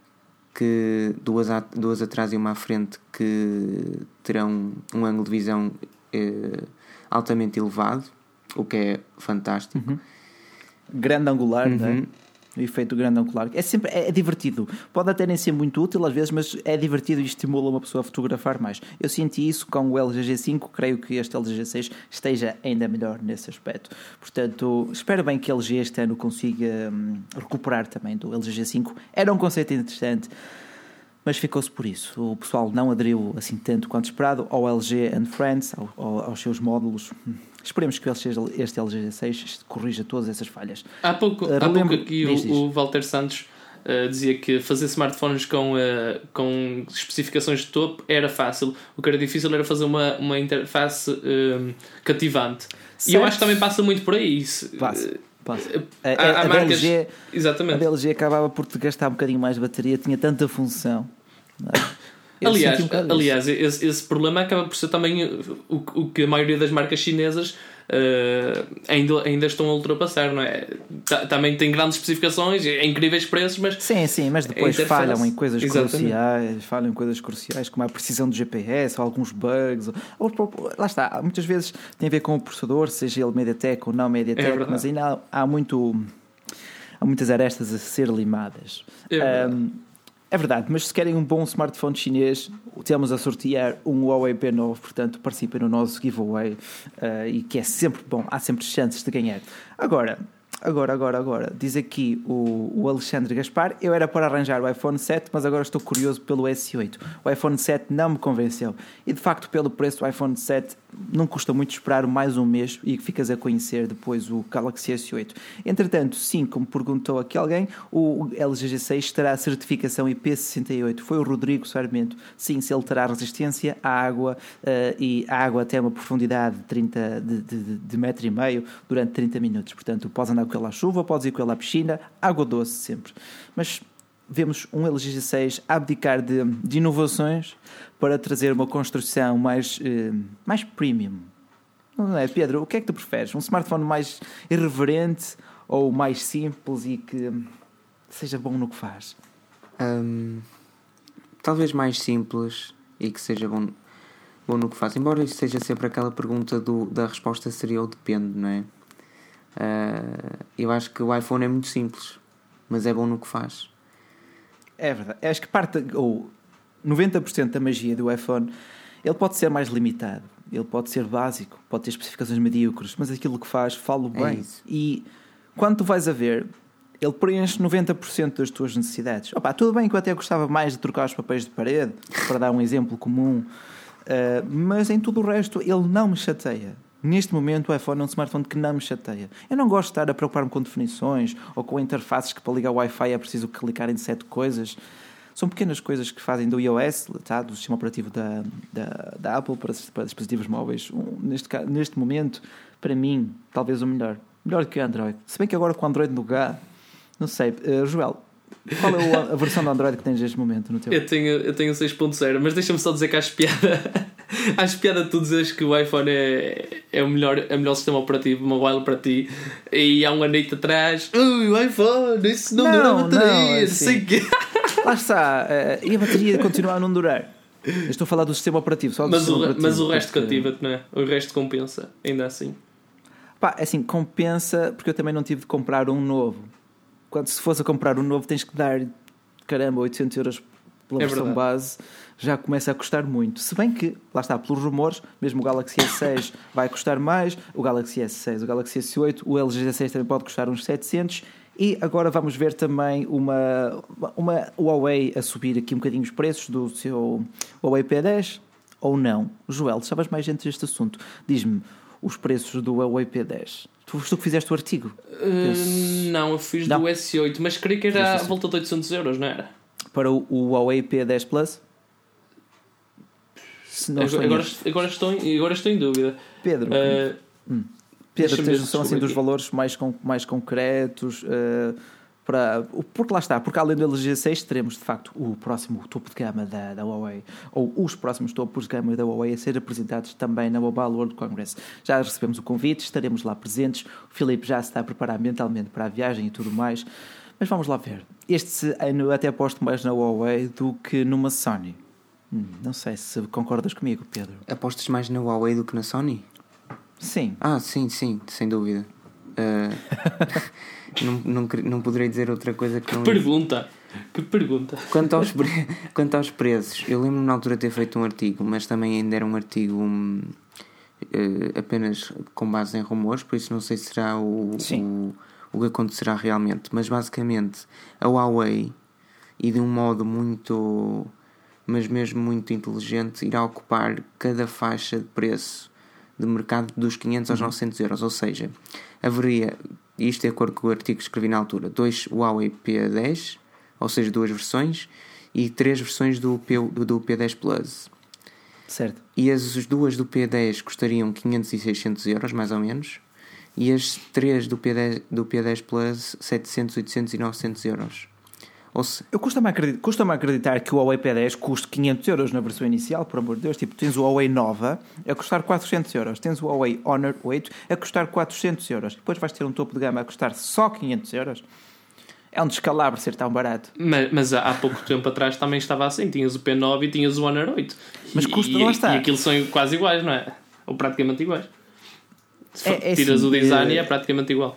que duas, a, duas atrás e uma à frente, que terão um ângulo de visão eh, altamente elevado, o que é fantástico. Uhum. Grande angular, Uhum. não é? O efeito grande angular. É sempre é, é divertido. Pode até nem ser muito útil às vezes, mas é divertido e estimula uma pessoa a fotografar mais. Eu senti isso com o L G G cinco, creio que este L G G seis esteja ainda melhor nesse aspecto. Portanto, espero bem que a L G este ano consiga hum, recuperar também do L G G cinco. Era um conceito interessante, mas ficou-se por isso. O pessoal não aderiu assim tanto quanto esperado ao L G and Friends, ao, ao, aos seus módulos. Esperemos que este L G G seis corrija todas essas falhas. Há pouco, Uh, há relembro- pouco aqui diz, diz. o, o Walter Santos uh, dizia que fazer smartphones com, uh, com especificações de topo era fácil. O que era difícil era fazer uma, uma interface um, cativante. E eu Certo. acho que também passa muito por aí. Isso. Passa, passa. A, Há- a, há a, marcas- D L G, a Exatamente. D L G acabava por te gastar um bocadinho mais de bateria, tinha tanta função. Não é? Eu Aliás, senti um bocado isso. aliás esse, esse problema acaba por ser também o, o que a maioria das marcas chinesas uh, ainda, ainda estão a ultrapassar, não é? Ta- Também tem grandes especificações, incríveis preços, mas Sim, sim, mas depois A interface. falham em coisas Exatamente. cruciais, falham em coisas cruciais como a precisão do G P S, ou alguns bugs, ou, ou, lá está, muitas vezes tem a ver com o processador, seja ele MediaTek ou não É MediaTek, verdade. mas ainda há, há muito há muitas arestas a ser limadas. É verdade. Um, É verdade, mas se querem um bom smartphone chinês, temos a sortear um Huawei P nove, portanto participem no nosso giveaway, uh, e que é sempre bom, há sempre chances de ganhar. Agora, agora, agora, agora, diz aqui o, o Alexandre Gaspar, eu era para arranjar o iPhone sete, mas agora estou curioso pelo S oito. O iPhone sete não me convenceu. E de facto, pelo preço do iPhone sete, não custa muito esperar mais um mês e ficas a conhecer depois o Galaxy S oito. Entretanto, sim, como perguntou aqui alguém, o L G G seis terá a certificação I P sessenta e oito. Foi o Rodrigo Sarmento. Sim, se ele terá resistência à água, uh, e a água até uma profundidade de, trinta, de, de, de metro e meio durante trinta minutos. Portanto, podes andar com ele à chuva, podes ir com ele à piscina, água doce sempre. Mas vemos um L G G seis abdicar de, de inovações para trazer uma construção mais, eh, mais premium. Não é, Pedro? O que é que tu preferes? Um smartphone mais irreverente ou mais simples e que seja bom no que faz? Um, talvez mais simples e que seja bom, bom no que faz. Embora isso seja sempre aquela pergunta do, da resposta seria ou depende, não é? Uh, eu acho que o iPhone é muito simples, mas é bom no que faz. É verdade. Acho que parte, ou noventa por cento da magia do iPhone, ele pode ser mais limitado, ele pode ser básico, pode ter especificações medíocres, mas aquilo que faz, falo É bem. isso. E quando tu vais a ver, ele preenche noventa por cento das tuas necessidades. Opa, tudo bem que eu até gostava mais de trocar os papéis de parede, para dar um exemplo comum, uh, mas em tudo o resto ele não me chateia. Neste momento o iPhone é um smartphone que não me chateia. Eu não gosto de estar a preocupar-me com definições ou com interfaces que para ligar o Wi-Fi é preciso clicar em sete coisas. São pequenas coisas que fazem do iOS, tá, do sistema operativo da, da, da Apple para, para dispositivos móveis. Um, neste, neste momento, para mim, talvez o melhor. Melhor que o Android. Se bem que agora com o Android no G A, não sei. Uh, Joel, qual é a versão do Android que tens neste momento no teu? Eu tenho, eu tenho seis ponto zero, mas deixa-me só dizer que acho piada. Acho piada tu dizeres que o iPhone é, é o melhor, é o melhor sistema operativo mobile para ti. E há um anito atrás, ui, o iPhone, isso não, Não, dura a não, bateria, não assim. sei o quê. Lá está. Uh, e a bateria continua a não durar. Eu estou a falar do sistema operativo. Só do Mas sistema o, operativo, mas o resto porque- cativa-te, não é? O resto compensa, ainda assim. Pá, assim, compensa porque eu também não tive de comprar um novo. Quando se fosse a comprar um novo tens que dar, caramba, oitocentos euros pela É versão verdade. base, já começa a custar muito. Se bem que, lá está, pelos rumores, mesmo o Galaxy S seis vai custar mais, o Galaxy S seis, o Galaxy S oito, o L G G seis também pode custar uns setecentos, e agora vamos ver também uma, uma Huawei a subir aqui um bocadinho os preços do seu Huawei P dez, ou não. Joel, tu sabes mais gente deste assunto. Diz-me os preços do Huawei P dez. Tu, tu que fizeste o artigo. Uh, não, eu fiz Não. do S oito, mas creio que era à Fizeste volta de oitocentos euros, não era? Para o, o Huawei P dez Plus? Se não estou Agora, em erro. agora, agora, estou em, agora estou em dúvida. Pedro, Uh, Pedro, deixa-me tens ver, noção assim desculpa dos aqui. valores mais, com, mais concretos? Uh, Para, porque lá está, porque além do G seis teremos de facto o próximo topo de gama da, da Huawei, ou os próximos topos de gama da Huawei a ser apresentados também na Mobile World Congress. Já recebemos o convite, estaremos lá presentes, o Filipe já se está a preparar mentalmente para a viagem e tudo mais, mas vamos lá ver. Este ano até aposto mais na Huawei do que numa Sony. Hum, não sei se concordas comigo, Pedro. Apostas mais na Huawei do que na Sony? Sim. Ah, sim, sim, sem dúvida. Uh, não, não, não poderei dizer outra coisa que, que não... Pergunta! Que pergunta! Quanto aos, pre... Quanto aos preços, eu lembro-me na altura de ter feito um artigo, mas também ainda era um artigo um, uh, apenas com base em rumores, por isso não sei se será o, o, o que acontecerá realmente. Mas basicamente a Huawei, e de um modo muito, mas mesmo muito inteligente, irá ocupar cada faixa de preço de mercado dos quinhentos aos novecentos euros, ou seja, haveria, isto de acordo com o artigo que escrevi na altura, dois Huawei P dez, ou seja, duas versões, e três versões do, P, do P dez Plus. Certo. E as duas do P dez custariam quinhentos e seiscentos euros, mais ou menos, e as três do P dez, do P dez Plus setecentos, oitocentos e novecentos euros. Se... Eu custa-me acreditar, custa-me acreditar que o Huawei P dez custe quinhentos euros na versão inicial, por amor de Deus. Tipo, tens o Huawei Nova a custar quatrocentos euros, tens o Huawei Honor oito a custar quatrocentos euros, depois vais ter um topo de gama a custar só quinhentos euros. É um descalabro ser tão barato. Mas, mas há pouco tempo atrás também estava assim. Tinhas o P nove e tinhas o Honor oito. Mas custa, e, lá está. E aquilo são quase iguais, não é? Ou praticamente iguais. Se é, é tiras assim, o design é... e é praticamente igual.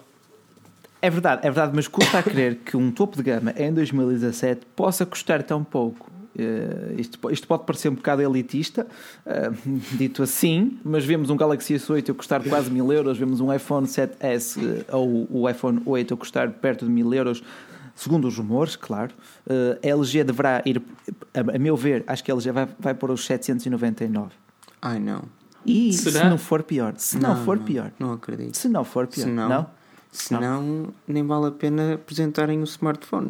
É verdade, é verdade, mas custa a crer que um topo de gama em dois mil e dezassete possa custar tão pouco. Uh, isto, isto pode parecer um bocado elitista, uh, dito assim, mas vemos um Galaxy S oito a custar quase mil euros, vemos um iPhone sete S uh, ou o iPhone oito a custar perto de mil euros, segundo os rumores, claro. Uh, a L G deverá ir, a, a meu ver, acho que a L G vai, vai para os setecentos e noventa e nove. Ai não. E Será? se não for pior, se não, não for não, pior, não acredito. Se não for pior, se não, não? Senão não. nem vale a pena apresentarem o smartphone.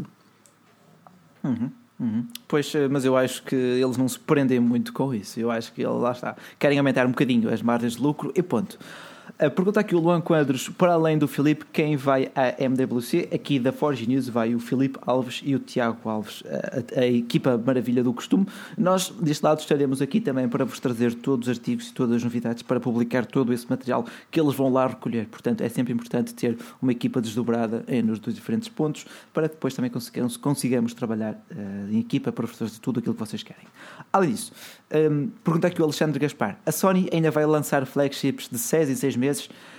Uhum, uhum. Pois, mas eu acho que eles não se prendem muito com isso. Eu acho que eles, lá está, querem aumentar um bocadinho as margens de lucro e ponto. A pergunta aqui o Luan Quadros, para além do Filipe, quem vai à M W C? Aqui da Forge News vai o Filipe Alves e o Tiago Alves, a, a, a equipa maravilha do costume. Nós, deste lado, estaremos aqui também para vos trazer todos os artigos e todas as novidades, para publicar todo esse material que eles vão lá recolher. Portanto, é sempre importante ter uma equipa desdobrada nos dois diferentes pontos, para depois também consigamos, consigamos trabalhar uh, em equipa para vos trazer tudo aquilo que vocês querem. Além disso, um, pergunta aqui o Alexandre Gaspar, a Sony ainda vai lançar flagships de seis em seis meses?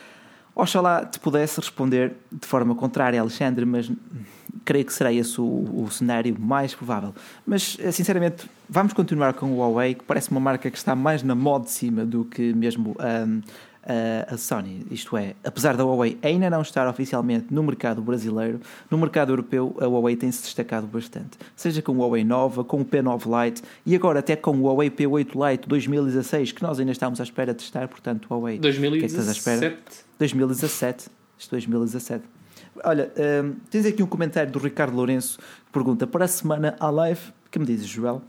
Oxalá te pudesse responder de forma contrária, Alexandre, mas creio que será esse o, o cenário mais provável. Mas, sinceramente, vamos continuar com o Huawei, que parece uma marca que está mais na moda de cima do que mesmo um, a, a Sony. Isto é, apesar da Huawei ainda não estar oficialmente no mercado brasileiro, no mercado europeu a Huawei tem-se destacado bastante. Seja com o Huawei Nova, com o P nove Lite e agora até com o Huawei P oito Lite dois mil e dezasseis, que nós ainda estamos à espera de testar, portanto, Huawei... dois mil e dezassete. O que é que estás à espera? dois mil e dezassete. Isto dois mil e dezassete. Olha, um, tens aqui um comentário do Ricardo Lourenço que pergunta, para a semana à live, o que me dizes, Joel?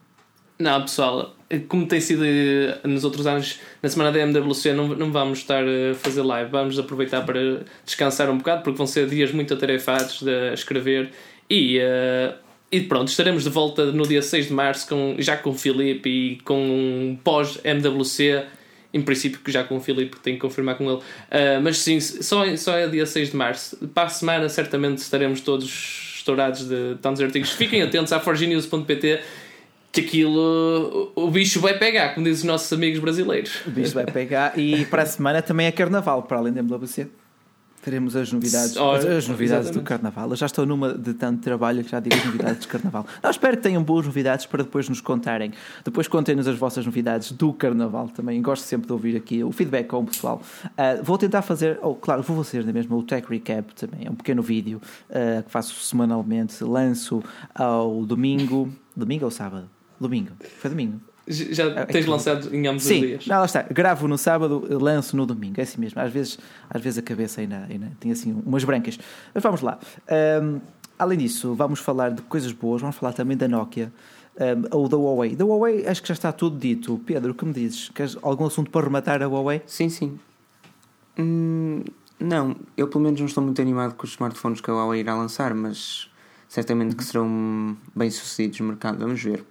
Não, pessoal, como tem sido nos outros anos, na semana da M W C não, não vamos estar a fazer live, vamos aproveitar para descansar um bocado, porque vão ser dias muito atarefados de escrever e, uh, e pronto, estaremos de volta no dia seis de março com, já com o Filipe e com um pós-M W C, em princípio que já com o Filipe, tenho que confirmar com ele, uh, mas sim, só, só é dia seis de março. Para a semana certamente estaremos todos estourados de tantos artigos. Fiquem atentos à forge news ponto p t, que aquilo, o bicho vai pegar, como dizem os nossos amigos brasileiros. O bicho vai pegar e para a semana também é Carnaval, para além da M W C. Teremos as novidades, oh, as, as novidades exatamente. Do Carnaval. Eu já estou numa de tanto trabalho que já digo as novidades do Carnaval. Não, espero que tenham boas novidades para depois nos contarem. Depois contem-nos as vossas novidades do Carnaval também. Gosto sempre de ouvir aqui o feedback com o pessoal. Uh, vou tentar fazer, ou oh, claro, vou fazer na mesma o Tech Recap também. É um pequeno vídeo uh, que faço semanalmente. Lanço ao domingo. Domingo ou sábado? Domingo. Foi domingo. Já tens é, lançado em ambos sim, os dias? Sim, lá está. Gravo no sábado, lanço no domingo. É assim mesmo. Às vezes, às vezes a cabeça ainda, ainda tem assim umas brancas. Mas vamos lá. Um, além disso, vamos falar de coisas boas. Vamos falar também da Nokia um, ou da Huawei. Da Huawei acho que já está tudo dito. Pedro, o que me dizes? Queres algum assunto para rematar a Huawei? Sim, sim. Hum, Não, eu pelo menos não estou muito animado com os smartphones que a Huawei irá lançar, mas certamente que serão bem sucedidos no mercado. Vamos ver.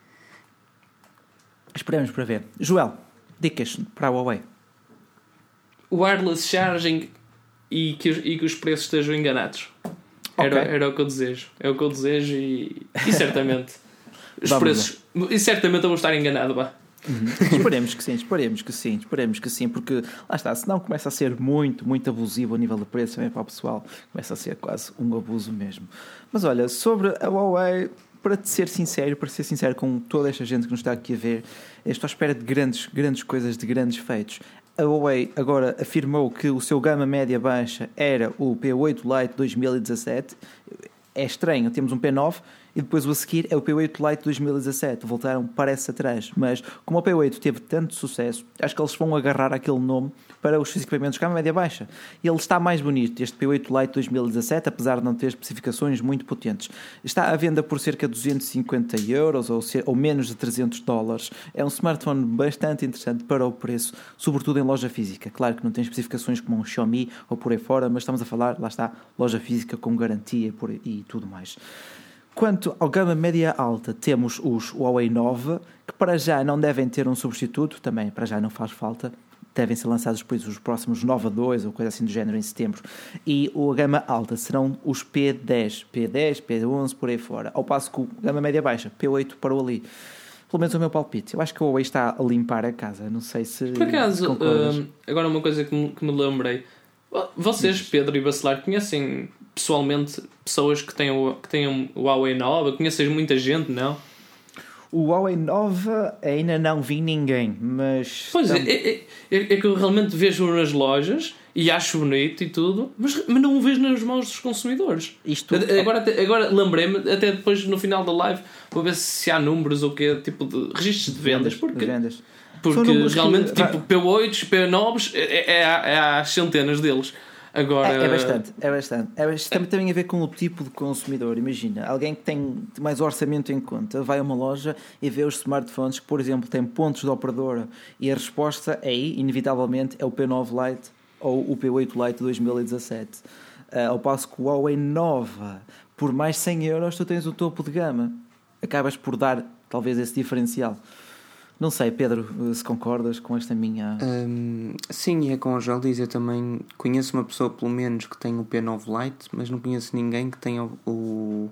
Esperemos para ver. Joel, dicas para a Huawei. Wireless charging e que, e que os preços estejam enganados. Era, okay. era o que eu desejo. É o que eu desejo e, e certamente os Vamos preços. Lá. E certamente eu vou estar enganado, vá. Uhum. Esperemos que sim, esperemos que sim, esperemos que sim, porque lá está, senão começa a ser muito, muito abusivo a nível de preço também para o pessoal, começa a ser quase um abuso mesmo. Mas olha, sobre a Huawei, para te ser sincero, para ser sincero com toda esta gente que nos está aqui a ver, eu estou à espera de grandes, grandes coisas, de grandes feitos. A Huawei agora afirmou que o seu gama média baixa era o P oito Lite dois mil e dezassete. É estranho, temos um P nove e depois o a seguir é o P oito Lite dois mil e dezassete. Voltaram, parece, atrás. Mas como o P oito teve tanto sucesso, acho que eles vão agarrar aquele nome para os equipamentos de gama média baixa. E ele está mais bonito, este P oito Lite dois mil e dezassete, apesar de não ter especificações muito potentes. Está à venda por cerca de duzentos e cinquenta euros ou, ser, ou menos de trezentos dólares. É um smartphone bastante interessante para o preço, sobretudo em loja física. Claro que não tem especificações como um Xiaomi ou por aí fora, mas estamos a falar, lá está, loja física com garantia por aí, e tudo mais. Quanto ao gama média alta, temos os Huawei nove, que para já não devem ter um substituto, também para já não faz falta, devem ser lançados depois os próximos Nova dois ou coisa assim do género em setembro. E a gama alta serão os P dez, P dez, P onze, por aí fora, ao passo que a gama média baixa, P oito, parou ali. Pelo menos o meu palpite. Eu acho que a Huawei está a limpar a casa, não sei se... Por acaso, uh, agora uma coisa que me, que me lembrei, vocês, Pedro e Bacelar, conhecem pessoalmente pessoas que têm o, que têm o Huawei nove? Conheces muita gente, não? O Huawei nove ainda não vi ninguém, mas... Pois é, é, é, é que eu realmente vejo nas lojas e acho bonito e tudo, mas, mas não o vejo nas mãos dos consumidores. Isto agora, é... agora lembrei-me, até depois no final da live, vou ver se há números ou que tipo de registros de vendas, porque... De vendas. Porque realmente, que... tipo, P oito, P nove, é, é, é às centenas deles. Agora... É, é bastante, é bastante. É bastante. Também tem a ver com o tipo de consumidor. Imagina, alguém que tem mais orçamento em conta vai a uma loja e vê os smartphones que, por exemplo, têm pontos de operadora e a resposta aí, inevitavelmente, é o P nove Lite ou o P oito Lite dois mil e dezassete. Uh, ao passo que o Huawei nove, por mais cem euros, tu tens o topo de gama. Acabas por dar, talvez, esse diferencial. Não sei, Pedro, se concordas com esta minha... Um, sim, é como o Joel diz, eu também conheço uma pessoa, pelo menos, que tem o P nove Lite, mas não conheço ninguém que tenha o... O,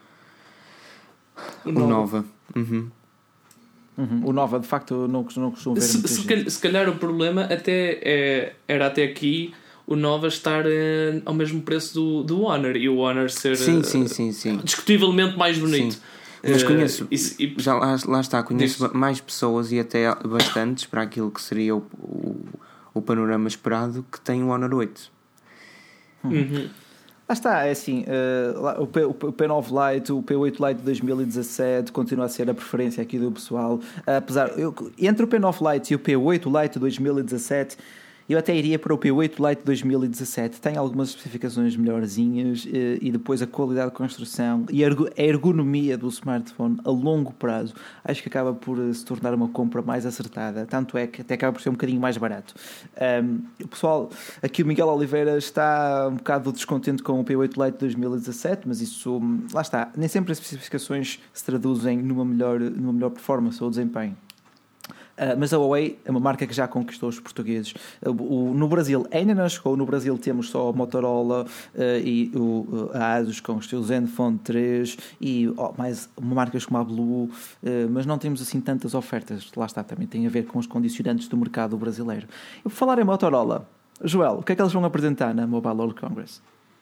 o Nova. Uhum. Uhum. O Nova, de facto, não, não costumo ver se, se, calhar, se calhar o problema até é, era até aqui o Nova estar eh, ao mesmo preço do, do Honor, e o Honor ser sim, sim, sim, sim. discutivelmente mais bonito. Sim. Mas conheço, uh, isso, e, já lá, lá está, conheço diz... mais pessoas e até bastantes para aquilo que seria o, o, o panorama esperado, que tem o Honor oito. Uhum. Lá está, é assim, uh, o, P, o P nove Lite, o P oito Lite dois mil e dezassete continua a ser a preferência aqui do pessoal, uh, apesar, eu, entre o P nove Lite e o P oito Lite dois mil e dezassete, eu até iria para o P oito Lite dois mil e dezassete. Tem algumas especificações melhorzinhas e depois a qualidade de construção e a ergonomia do smartphone a longo prazo acho que acaba por se tornar uma compra mais acertada. Tanto é que até acaba por ser um bocadinho mais barato. Um, o pessoal, aqui o Miguel Oliveira está um bocado descontente com o P oito Lite dois mil e dezassete, mas isso, lá está, nem sempre as especificações se traduzem numa melhor, numa melhor performance ou desempenho. Uh, mas a Huawei é uma marca que já conquistou os portugueses. Uh, o, no Brasil ainda não chegou. No Brasil temos só a Motorola uh, e o, a Asus com os seus Zenfone três e oh, mais marcas como a Blue, uh, mas não temos assim tantas ofertas. Lá está, também tem a ver com os condicionantes do mercado brasileiro. E por falar em Motorola, Joel, o que é que eles vão apresentar na Mobile World Congress?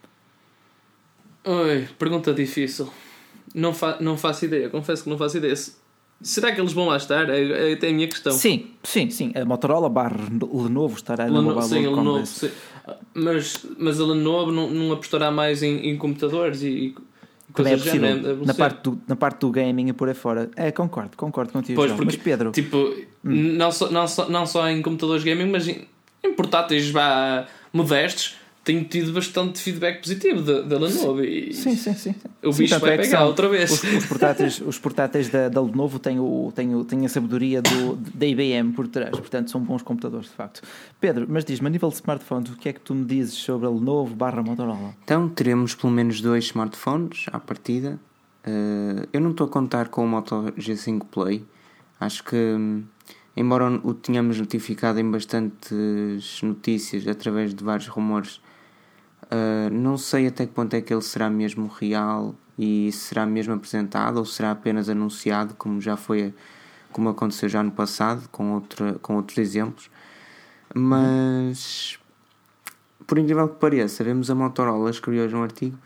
Oi, pergunta difícil. Não, fa- não faço ideia, confesso que não faço ideia. Será que eles vão lá estar? É, é até a minha questão. Sim, sim, sim. A Motorola barra Lenovo estará Leno, na Mobile sim, World Lenovo, Congress. sim. Mas, mas a Lenovo não, não apostará mais em, em computadores e, e coisas é possível, é, é na, parte do, na parte do gaming e por aí fora. É, concordo, concordo contigo. Pois, João. porque, mas Pedro... Tipo, hum. não, só, não, só, não só em computadores gaming, mas em, em portáteis vá, modestos, tenho tido bastante feedback positivo da, da Lenovo e sim, sim, sim. o sim, bicho vai é pegar outra vez. Os, os portáteis, os portáteis da, da Lenovo têm, o, têm, o, têm a sabedoria do, da I B M por trás, portanto são bons computadores de facto. Pedro, mas diz-me, a nível de smartphones, o que é que tu me dizes sobre a Lenovo barra Motorola? Então teremos pelo menos dois smartphones à partida. Uh, eu não estou a contar com o Moto G cinco Play. Acho que, embora o tenhamos notificado em bastantes notícias através de vários rumores, Uh, não sei até que ponto é que ele será mesmo real e será mesmo apresentado ou será apenas anunciado, como já foi, como aconteceu já no passado com, outra, com outros exemplos. Mas por incrível que pareça, vemos a Motorola, escrevi hoje um artigo,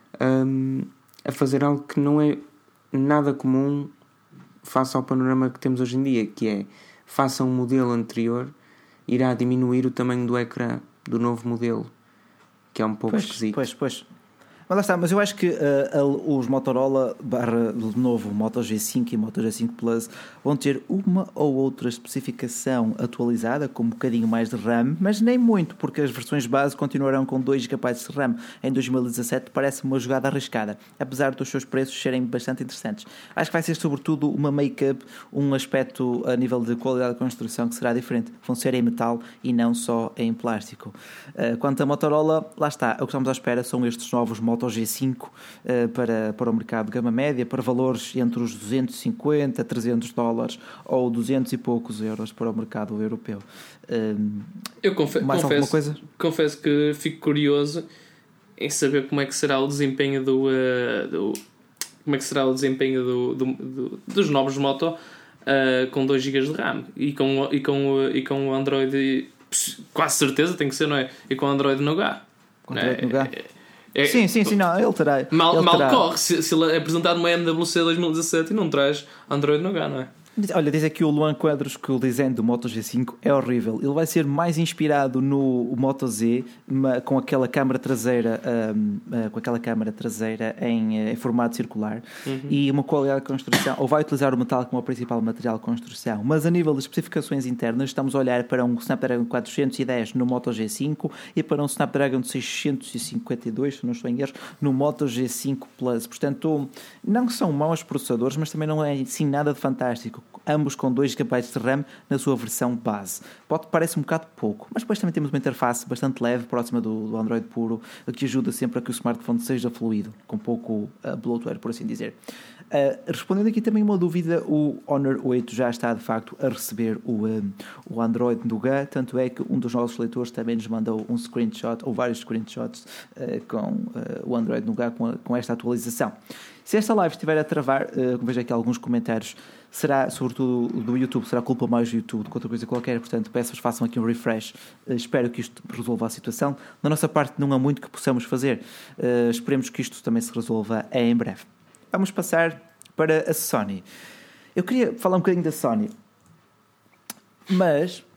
um, a fazer algo que não é nada comum face ao panorama que temos hoje em dia, que é, face a um modelo anterior, irá diminuir o tamanho do ecrã do novo modelo, que é um pouco pois, esquisito. Pois, pois. Mas lá está, mas eu acho que uh, os Motorola barra de novo Moto G cinco e Moto G cinco Plus vão ter uma ou outra especificação atualizada com um bocadinho mais de RAM, mas nem muito, porque as versões base continuarão com dois gigabytes de RAM. Em dois mil e dezassete parece uma jogada arriscada, apesar dos seus preços serem bastante interessantes. Acho que vai ser sobretudo uma make-up, um aspecto a nível de qualidade de construção que será diferente. Vão ser em metal e não só em plástico. Uh, quanto a Motorola, lá está, o que estamos à espera são estes novos Moto G cinco uh, para, para o mercado de gama média, para valores entre os duzentos e cinquenta, trezentos dólares ou duzentos e poucos euros para o mercado europeu. Uh, Eu confe- mais confesso, alguma coisa? confesso que fico curioso em saber como é que será o desempenho do, uh, do como é que será o desempenho do, do, do, dos novos Moto uh, com dois gigas de RAM e com, e com, e com o Android, quase certeza tem que ser, não é? E com o Android Nougat. Com o Android Nougat. É, É, sim, sim, sim, não, ele terá. Mal, ele mal terá. corre se, se ele é apresentado uma M W C dois mil e dezassete e não traz Android Nougat, não é? Olha, diz aqui o Luan Quadros que o design do Moto G cinco é horrível. Ele vai ser mais inspirado no Moto Z, com aquela câmara traseira, um, uh, com aquela câmara traseira em, uh, em formato circular, uhum. E uma qualidade de construção, ou vai utilizar o metal como o principal material de construção. Mas a nível de especificações internas, estamos a olhar para um Snapdragon quatrocentos e dez no Moto G cinco e para um Snapdragon seiscentos e cinquenta e dois, se não estou em erro, no Moto G cinco Plus. Portanto, não são maus processadores, mas também não é assim nada de fantástico. Ambos com dois gigabytes de RAM na sua versão base. Pode parecer um bocado pouco, mas depois também temos uma interface bastante leve, próxima do, do Android puro, que ajuda sempre a que o smartphone seja fluido, com pouco uh, bloatware, por assim dizer. Uh, respondendo aqui também uma dúvida, o Honor oito já está de facto a receber o, um, o Android Nougat, tanto é que um dos nossos leitores também nos mandou um screenshot, ou vários screenshots, uh, com uh, o Android Nougat com, a, com esta atualização. Se esta live estiver a travar, uh, vejo aqui alguns comentários, será, sobretudo do YouTube, será culpa mais do YouTube do que outra coisa qualquer, portanto peço-vos façam aqui um refresh, uh, espero que isto resolva a situação. Da nossa parte não há muito que possamos fazer, uh, esperemos que isto também se resolva em breve. Vamos passar para a Sony. Eu queria falar um bocadinho da Sony, mas...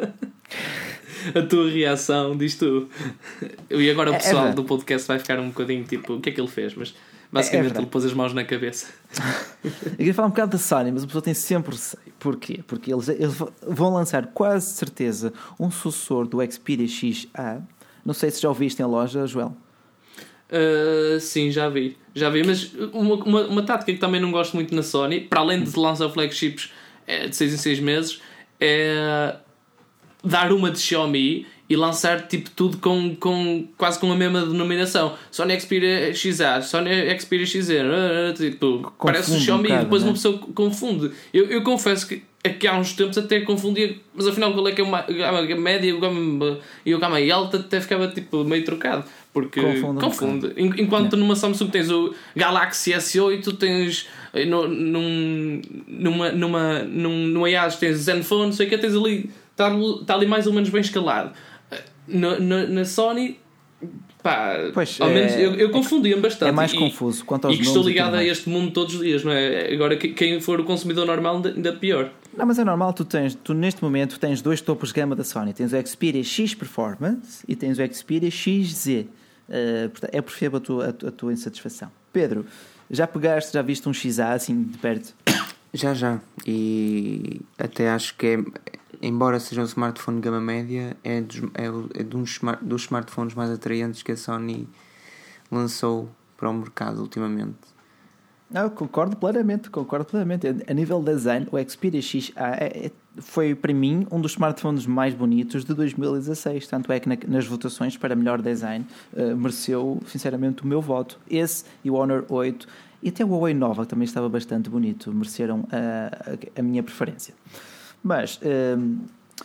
a tua reação diz tu. E agora o pessoal é, é do podcast vai ficar um bocadinho tipo, o que é que ele fez? Mas basicamente é ele pôs as mãos na cabeça. Eu queria falar um bocado da Sony, mas a pessoa tem sempre receio. Porquê? Porque eles, eles vão lançar quase certeza um sucessor do Xperia X A. Não sei se já ouviste em loja, Joel. Uh, sim, já vi. Já vi, mas uma, uma, uma tática que também não gosto muito na Sony, para além de lançar flagships é, de seis em seis meses, é dar uma de Xiaomi e lançar tipo tudo com, com, quase com a mesma denominação. Sony Xperia X A, Sony Xperia X Z, tipo, parece o Xiaomi, um bocado, e depois né? Uma pessoa confunde. Eu, eu confesso que aqui há uns tempos até confundia, mas afinal qual é que é a gama média e a gama alta, até ficava tipo meio trocado. Porque confunde, confunde. Um enquanto é. Numa Samsung tens o Galaxy S oito, tens no, num, numa, numa, num, no I A S tens o Zenfone, não sei o que, tens ali, está tá ali mais ou menos bem escalado. Na, na, na Sony, pá, pois, ao é, menos eu, eu confundia-me bastante. É mais e, confuso quanto aos e que estou ligado a este mundo todos os dias, não é? Agora, quem for o consumidor normal, ainda pior. Não, mas é normal, tu tens, tu neste momento tens dois topos de gama da Sony. Tens o Xperia X Performance e tens o Xperia X Z. Uh, portanto, eu percebo a tua, a, a tua insatisfação. Pedro, já pegaste, já viste um X A assim de perto? Já, já. E até acho que é, embora seja um smartphone de gama média, é, dos, é, o- é de um smart, dos smartphones mais atraentes que a Sony lançou para o mercado ultimamente. Não, concordo plenamente, concordo plenamente. A nível de design, o Xperia X A é, é, foi para mim um dos smartphones mais bonitos de dois mil e dezasseis. Tanto é que na, nas votações para melhor design uh, mereceu sinceramente o meu voto. Esse e o Honor oito e até o Huawei Nova, que também estava bastante bonito, mereceram a, a, a minha preferência. Mas um,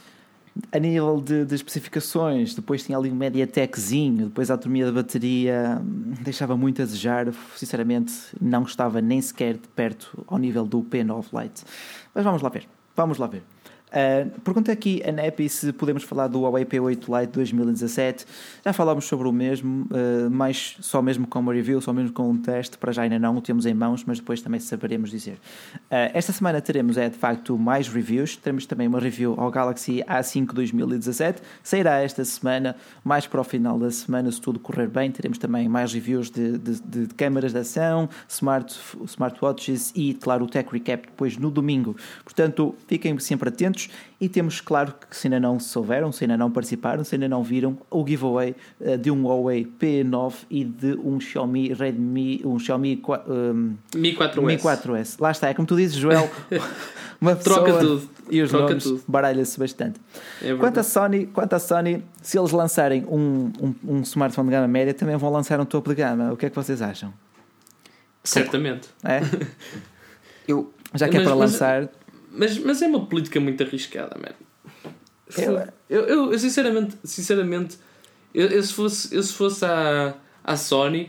a nível de, de especificações, depois tinha ali um MediaTekzinho, depois a autonomia da bateria hum, deixava muito a desejar. Sinceramente, não estava nem sequer de perto ao nível do P nove Lite. Mas vamos lá ver, vamos lá ver. Uh, pergunta aqui a Nepi se podemos falar do Huawei P oito Lite dois mil e dezassete. Já falámos sobre o mesmo, uh, mas só mesmo com uma review, só mesmo com um teste. Para já ainda não o temos em mãos, mas depois também saberemos dizer. Uh, esta semana teremos, é de facto, mais reviews. Teremos também uma review ao Galaxy A cinco dois mil e dezassete. Sairá esta semana, mais para o final da semana, se tudo correr bem. Teremos também mais reviews de, de, de, de câmaras de ação, smart, smartwatches e, claro, o Tech Recap depois no domingo. Portanto, fiquem sempre atentos. E temos, claro, que se ainda não souberam, se ainda não participaram, se ainda não viram, o giveaway uh, de um Huawei P nove e de um Xiaomi Redmi, um Xiaomi um, Mi quatro S. Mi quatro S. Lá está, é como tu dizes, Joel, uma pessoa Troca tudo. E os Troca nomes tudo. baralha-se bastante. É quanto, a Sony, quanto a Sony, se eles lançarem um, um, um smartphone de gama média, também vão lançar um topo de gama. O que é que vocês acham? Certamente. É? Eu, Já que é Mas- para mas- lançar... Mas, mas é uma política muito arriscada, mano. Eu- Eu, eu, eu sinceramente, sinceramente eu, eu se fosse, eu se fosse à, à Sony,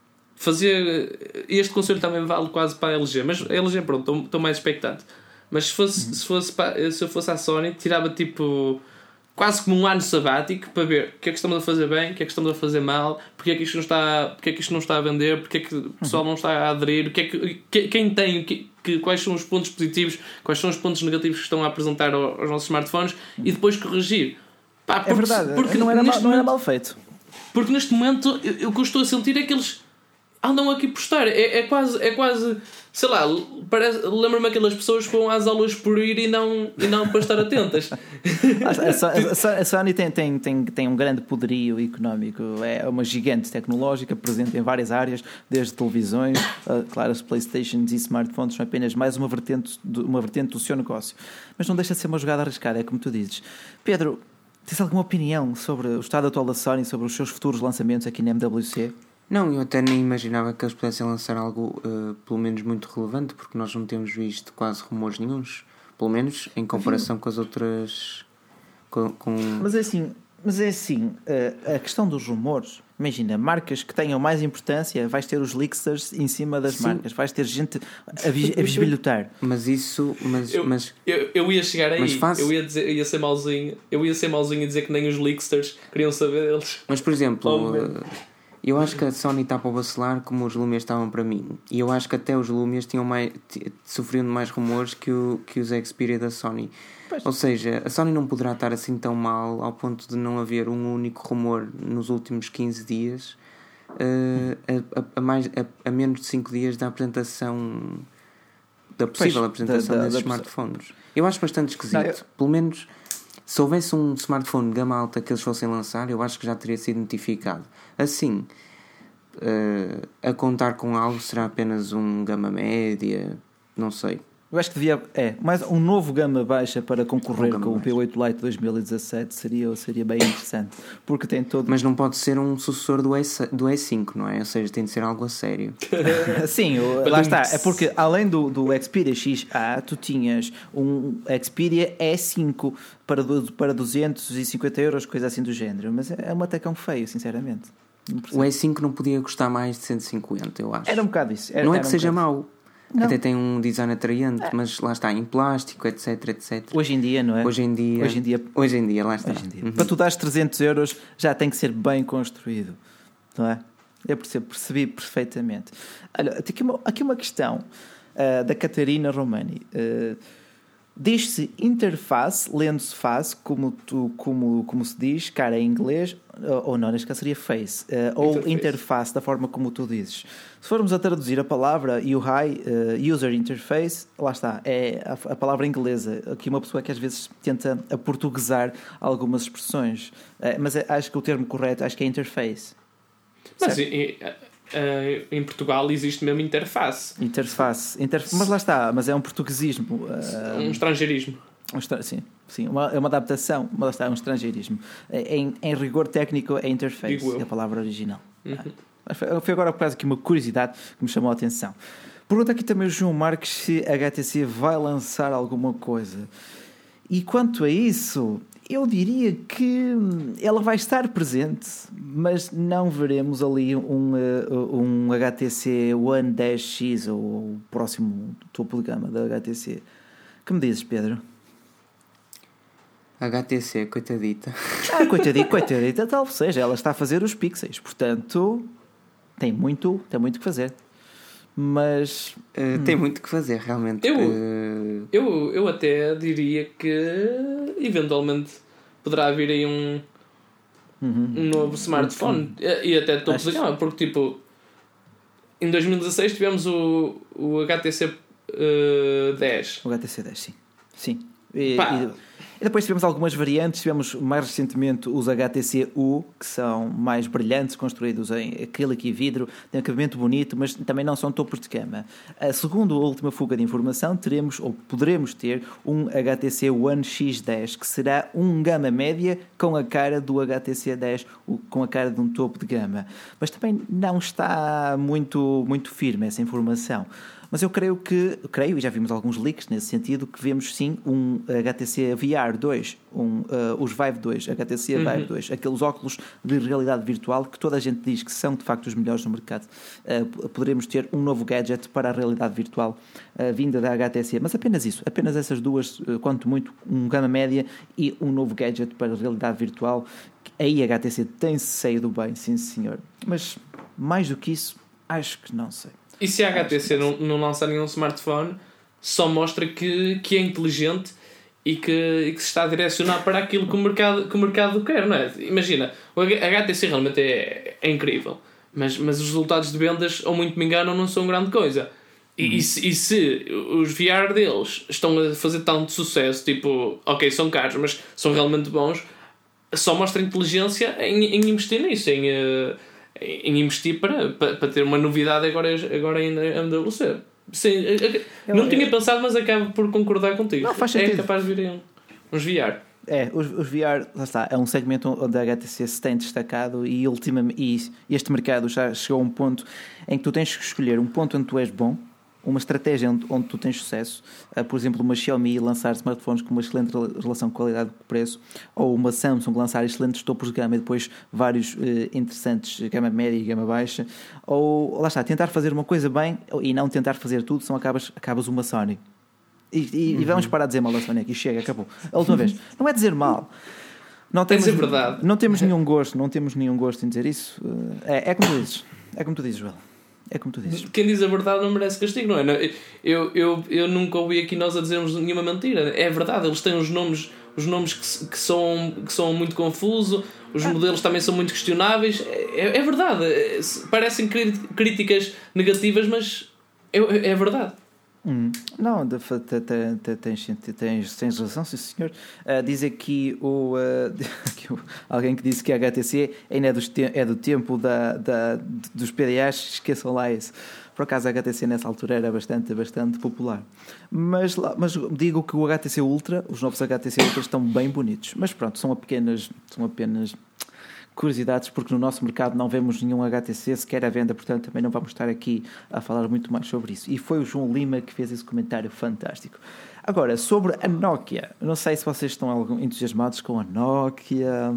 fazia. Este conselho também vale quase para a L G, mas a L G, pronto, estou- estou mais expectante. Mas se, fosse, se, fosse para, se eu fosse à Sony, tirava tipo quase como um ano sabático para ver o que é que estamos a fazer bem, o que é que estamos a fazer mal, porque é que isto não está, porque é que isto não está a vender, porque é que o pessoal não está a aderir, o que é que, que- quem tem, que, que- quais são os pontos positivos, quais são os pontos negativos que estão a apresentar ao- aos nossos smartphones e depois corrigir. Pá, É verdade, não, era mal, neste não era momento- mal feito. porque neste momento eu- eu- o que eu estou a sentir é que eles andam aqui por estar. É, é quase, é quase, sei lá, parece, lembra-me aquelas pessoas que vão às aulas por ir e não, e não para estar atentas. A, So- a So- a Sony tem, tem, tem, tem um grande poderio económico, é uma gigante tecnológica presente em várias áreas, desde televisões, a, claro, as Playstations e smartphones são apenas mais uma vertente, do, uma vertente do seu negócio. Mas não deixa de ser uma jogada arriscada, é como tu dizes. Pedro, tens alguma opinião sobre o estado atual da Sony, sobre os seus futuros lançamentos aqui na M W C? não, eu até nem imaginava que eles pudessem lançar algo uh, pelo menos muito relevante, porque nós não temos visto quase rumores nenhuns, pelo menos em comparação com as outras. Com, com... Mas é assim, mas é assim a, a questão dos rumores, imagina, marcas que tenham mais importância, vais ter os leaksters em cima das Sim. marcas, vais ter gente a, vi- a bisbilhotar. Mas isso. Mas, Eu, mas eu, eu ia chegar aí, Mas faz- eu ia, dizer, eu ia ser mauzinho, eu ia ser mauzinho e dizer que nem os leaksters queriam saber deles. Mas, por exemplo, Oh, meu. uh, eu acho que a Sony está para vacilar como os Lumias estavam para mim. E eu acho que até os Lumias tinham mais, t- sofriam de mais rumores que, o, que os Xperia da Sony. Pois. Ou seja, a Sony não poderá estar assim tão mal ao ponto de não haver um único rumor nos últimos quinze dias, uh, a, a, a, mais, a, a menos de cinco dias da apresentação, da possível Pois, apresentação da- da- desses da- smartphones. Eu acho bastante esquisito. Não, eu- Pelo menos, se houvesse um smartphone de gama alta que eles fossem lançar, eu acho que já teria sido notificado. Assim, uh, a contar com algo, será apenas um gama média, não sei. Eu acho que devia, é, mais um novo gama baixa para concorrer Um gama com o baixa. P oito Lite dois mil e dezassete seria, seria bem interessante, porque tem todo... Mas não pode ser um sucessor do, E, do E cinco, não é? Ou seja, tem de ser algo a sério. Sim, o- lá está. É porque além do, do Xperia X A, tu tinhas um Xperia E cinco para, du- para duzentos e cinquenta euros, coisa assim do género. Mas é um matacão feio, sinceramente. Não percebo. O E cinco não podia custar mais de cento e cinquenta, eu acho. Era um bocado isso. Era, não é era que um seja bocado. mau. Não. Até tem um design atraente, mas lá está, em plástico, etc, etcétera. Hoje em dia, não é? Hoje em dia, Hoje em dia, hoje em dia lá está. hoje em dia. Uhum. Para tu dares trezentos euros já tem que ser bem construído, não é? Eu percebi, percebi perfeitamente. Olha, tem aqui uma, aqui uma questão uh, da Catarina Romani. Uh, Diz-se interface, lendo-se face, como, tu, como, como se diz, cara, em inglês, ou não, neste caso seria face, uh, ou Interface. interface, da forma como tu dizes. Se formos a traduzir a palavra U I, uh, User Interface, lá está, é a, a palavra inglesa. Aqui uma pessoa que às vezes tenta aportuguesar algumas expressões, uh, mas acho que o termo correto, acho que é interface. Mas em, em Portugal existe mesmo interface. Interface, interf... mas lá está, mas é um portuguesismo. Uh, Um estrangeirismo. Um estra... Sim, sim uma, é uma adaptação, mas lá está, é um estrangeirismo. Em, em rigor técnico é interface, é a palavra original. Uhum. Ah, foi, foi agora por causa que uma curiosidade que me chamou a atenção. Pergunta aqui também o João Marques se a H T C vai lançar alguma coisa. E quanto a isso, eu diria que ela vai estar presente, mas não veremos ali um, um H T C One dez X ou o próximo topo de gama da H T C. Que me dizes, Pedro? H T C, coitadita. Ah, coitadita, coitadita, tal seja, ela está a fazer os pixels, portanto tem muito, tem muito que fazer. Mas uh, hum. tem muito que fazer, realmente. Eu, uh... eu, eu até diria que eventualmente poderá vir aí um, uhum. um novo smartphone uhum. e até topo de gama, porque tipo em dois mil e dezasseis tivemos o, o H T C uh, dez. O H T C dez, sim. Sim. E, e, e depois tivemos algumas variantes. Tivemos mais recentemente os H T C U, que são mais brilhantes, construídos em acrílico e vidro, têm um acabamento bonito, mas também não são topos de gama. A segunda ou última fuga de informação, teremos ou poderemos ter um H T C One X dez, que será um gama média com a cara do H T C dez, com a cara de um topo de gama. Mas também não está muito, muito firme essa informação. Mas eu creio que, creio, e já vimos alguns leaks nesse sentido, que vemos sim um H T C V R dois, um, uh, os Vive dois, H T C Vive dois, aqueles óculos de realidade virtual que toda a gente diz que são de facto os melhores no mercado. Uh, poderemos ter um novo gadget para a realidade virtual uh, vinda da H T C, mas apenas isso, apenas essas duas, uh, quanto muito, um gama média e um novo gadget para a realidade virtual. Aí a H T C tem-se saído bem, sim senhor. Mas mais do que isso, acho que não sei. E se a H T C não, não lançar nenhum smartphone, só mostra que, que é inteligente e que, e que se está a direcionar para aquilo que o mercado, que o mercado quer, não é? Imagina, a H T C realmente é, é incrível, mas, mas os resultados de vendas, ou muito me enganam, não são grande coisa. E, uhum. e, se, e se os V R deles estão a fazer tanto sucesso, tipo, ok, são caros, mas são realmente bons, só mostra inteligência em, em investir nisso, em... Uh, em investir para, para, para ter uma novidade agora, agora em M W C. Sim, eu, não eu, tinha eu, pensado, mas acabo por concordar contigo. Não, faz sentido. É capaz de vir um, uns V R. É, os, os V R, lá está, é um segmento onde a H T C se tem destacado e, ultimamente, e este mercado já chegou a um ponto em que tu tens que escolher um ponto onde tu és bom, uma estratégia onde, onde tu tens sucesso, uh, por exemplo, uma Xiaomi lançar smartphones com uma excelente relação qualidade-preço, ou uma Samsung lançar excelentes topos de gama e depois vários uh, interessantes, gama média e gama baixa, ou lá está, tentar fazer uma coisa bem e não tentar fazer tudo, senão acabas, acabas uma Sony. E, e, uhum. e vamos parar de dizer mal da Sony aqui, chega, acabou. A última vez. Não é dizer mal. Não temos, é verdade. Não temos nenhum gosto, não temos nenhum gosto em dizer isso. É, é como tu dizes. É como tu dizes, Joel. É como tu dizes. Quem diz a verdade não merece castigo, não é? Eu, eu, eu nunca ouvi aqui nós a dizermos nenhuma mentira. É verdade, eles têm os nomes, os nomes que, que, são, que são muito confusos, os ah. modelos também são muito questionáveis. É, é verdade. Parecem críticas negativas, mas é, é verdade. Hum. Não, tens, tens, tens razão, sim senhor. Uh, diz aqui o, uh, alguém que disse que a H T C ainda é, dos te- é do tempo da, da, dos P D As, esqueçam lá isso. Por acaso a H T C nessa altura era bastante, bastante popular. Mas, mas digo que o H T C Ultra, os novos H T C Ultra estão bem bonitos. Mas pronto, são apenas, são apenas curiosidades, porque no nosso mercado não vemos nenhum H T C sequer à venda, portanto também não vamos estar aqui a falar muito mais sobre isso. E foi o João Lima que fez esse comentário fantástico. Agora, sobre a Nokia, não sei se vocês estão entusiasmados com a Nokia.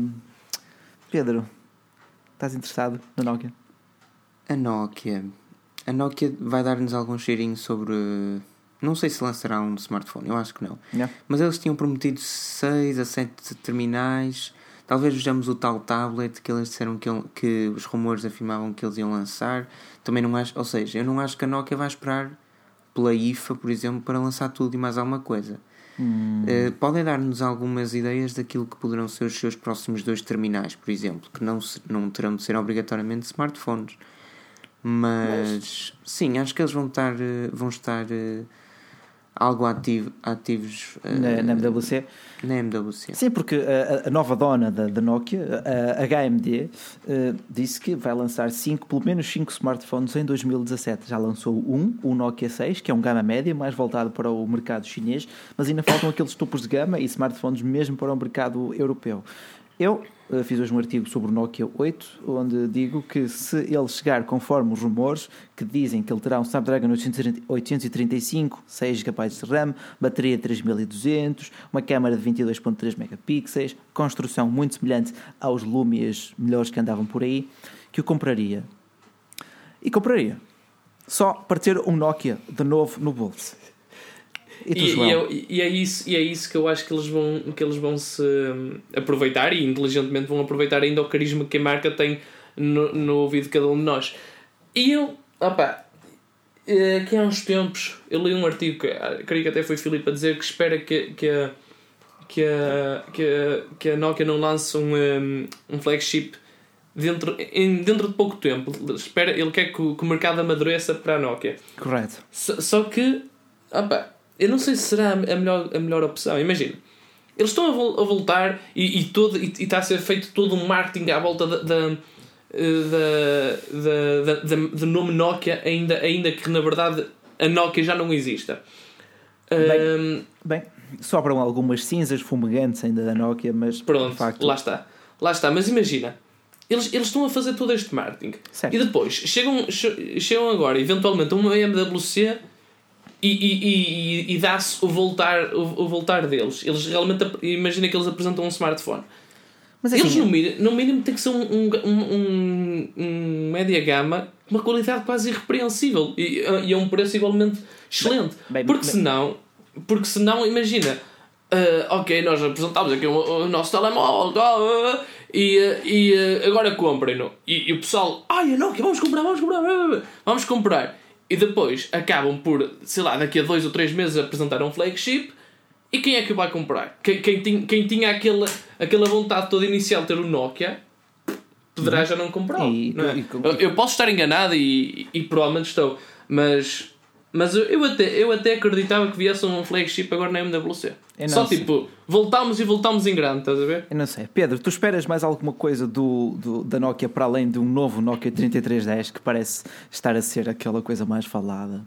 Pedro, estás interessado na Nokia? A Nokia a Nokia vai dar-nos algum cheirinho sobre... Não sei se lançará um smartphone, eu acho que não. Yeah. Mas eles tinham prometido seis a sete terminais. Talvez vejamos o tal tablet que eles disseram que, ele, que os rumores afirmavam que eles iam lançar. Também não acho, ou seja, eu não acho que a Nokia vai esperar pela I F A, por exemplo, para lançar tudo e mais alguma coisa. Hum. Uh, podem dar-nos algumas ideias daquilo que poderão ser os seus próximos dois terminais, por exemplo, que não, se, não terão de ser obrigatoriamente smartphones. Mas, Mas... sim, acho que eles vão estar, vão estar uh, algo ativo, ativos uh, na, na M W C. Na M W C. Sim, porque a, a nova dona da, da Nokia, a H M D, uh, disse que vai lançar cinco, pelo menos cinco smartphones em dois mil e dezassete. Já lançou um, o Nokia seis, que é um gama média, mais voltado para o mercado chinês, mas ainda faltam aqueles topos de gama e smartphones mesmo para o mercado europeu. Eu uh, fiz hoje um artigo sobre o Nokia oito, onde digo que se ele chegar conforme os rumores, que dizem que ele terá um Snapdragon oitocentos e trinta e cinco, seis gigabytes de RAM, bateria de três mil e duzentos, uma câmera de vinte e dois vírgula três megapixels, construção muito semelhante aos Lumias melhores que andavam por aí, que eu compraria. E compraria. Só para ter um Nokia de novo no bolso. E, tu, e, e, é, e, é isso, e é isso que eu acho que eles vão, que eles vão se aproveitar, e inteligentemente vão aproveitar ainda o carisma que a marca tem no, no ouvido de cada um de nós. E eu, opá, aqui há uns tempos eu li um artigo, que, creio que até foi Filipe a dizer, que espera que, que, a, que, a, que, a, que a Nokia não lance um, um flagship dentro, em, dentro de pouco tempo. Espera, ele quer que o, que o mercado amadureça para a Nokia. Correto. Só, só que, opá, eu não sei se será a melhor, a melhor opção. Imagina, eles estão a, vol- a voltar e, e, todo, e, e está a ser feito todo um marketing à volta da, da, da, da, da, do nome Nokia, ainda, ainda que na verdade a Nokia já não exista. Bem, um, bem, sobram algumas cinzas fumegantes ainda da Nokia, mas pronto, de facto... lá está. Lá está, mas imagina, eles, eles estão a fazer todo este marketing. Certo. E depois chegam, chegam agora eventualmente a uma M W C e, e, e, e dá-se o voltar, o, o voltar deles. Eles realmente, imagina que eles apresentam um smartphone. Mas eles assim, no mínimo, no mínimo tem que ser um, um, um, um média gama com uma qualidade quase irrepreensível e, e a um preço igualmente excelente. Bem, bem, porque bem, senão, porque senão imagina, uh, ok, nós apresentámos aqui o, o nosso telemóvel uh, e, e uh, agora comprem-no. E, e o pessoal, ai, não, que vamos comprar, vamos comprar, vamos comprar. E depois acabam por, sei lá, daqui a dois ou três meses apresentar um flagship. E quem é que o vai comprar? Quem, quem, tinha, quem tinha aquela, aquela vontade toda inicial de ter o Nokia poderá já não comprar. E, não é? e, eu, eu posso estar enganado e, e, e provavelmente estou, mas, mas eu, eu, até, eu até acreditava que viesse um flagship agora na M W C. Só sei. Tipo, voltámos e voltámos em grande, estás a ver? Eu não sei. Pedro, tu esperas mais alguma coisa do, do, da Nokia para além de um novo Nokia trinta e três dez que parece estar a ser aquela coisa mais falada?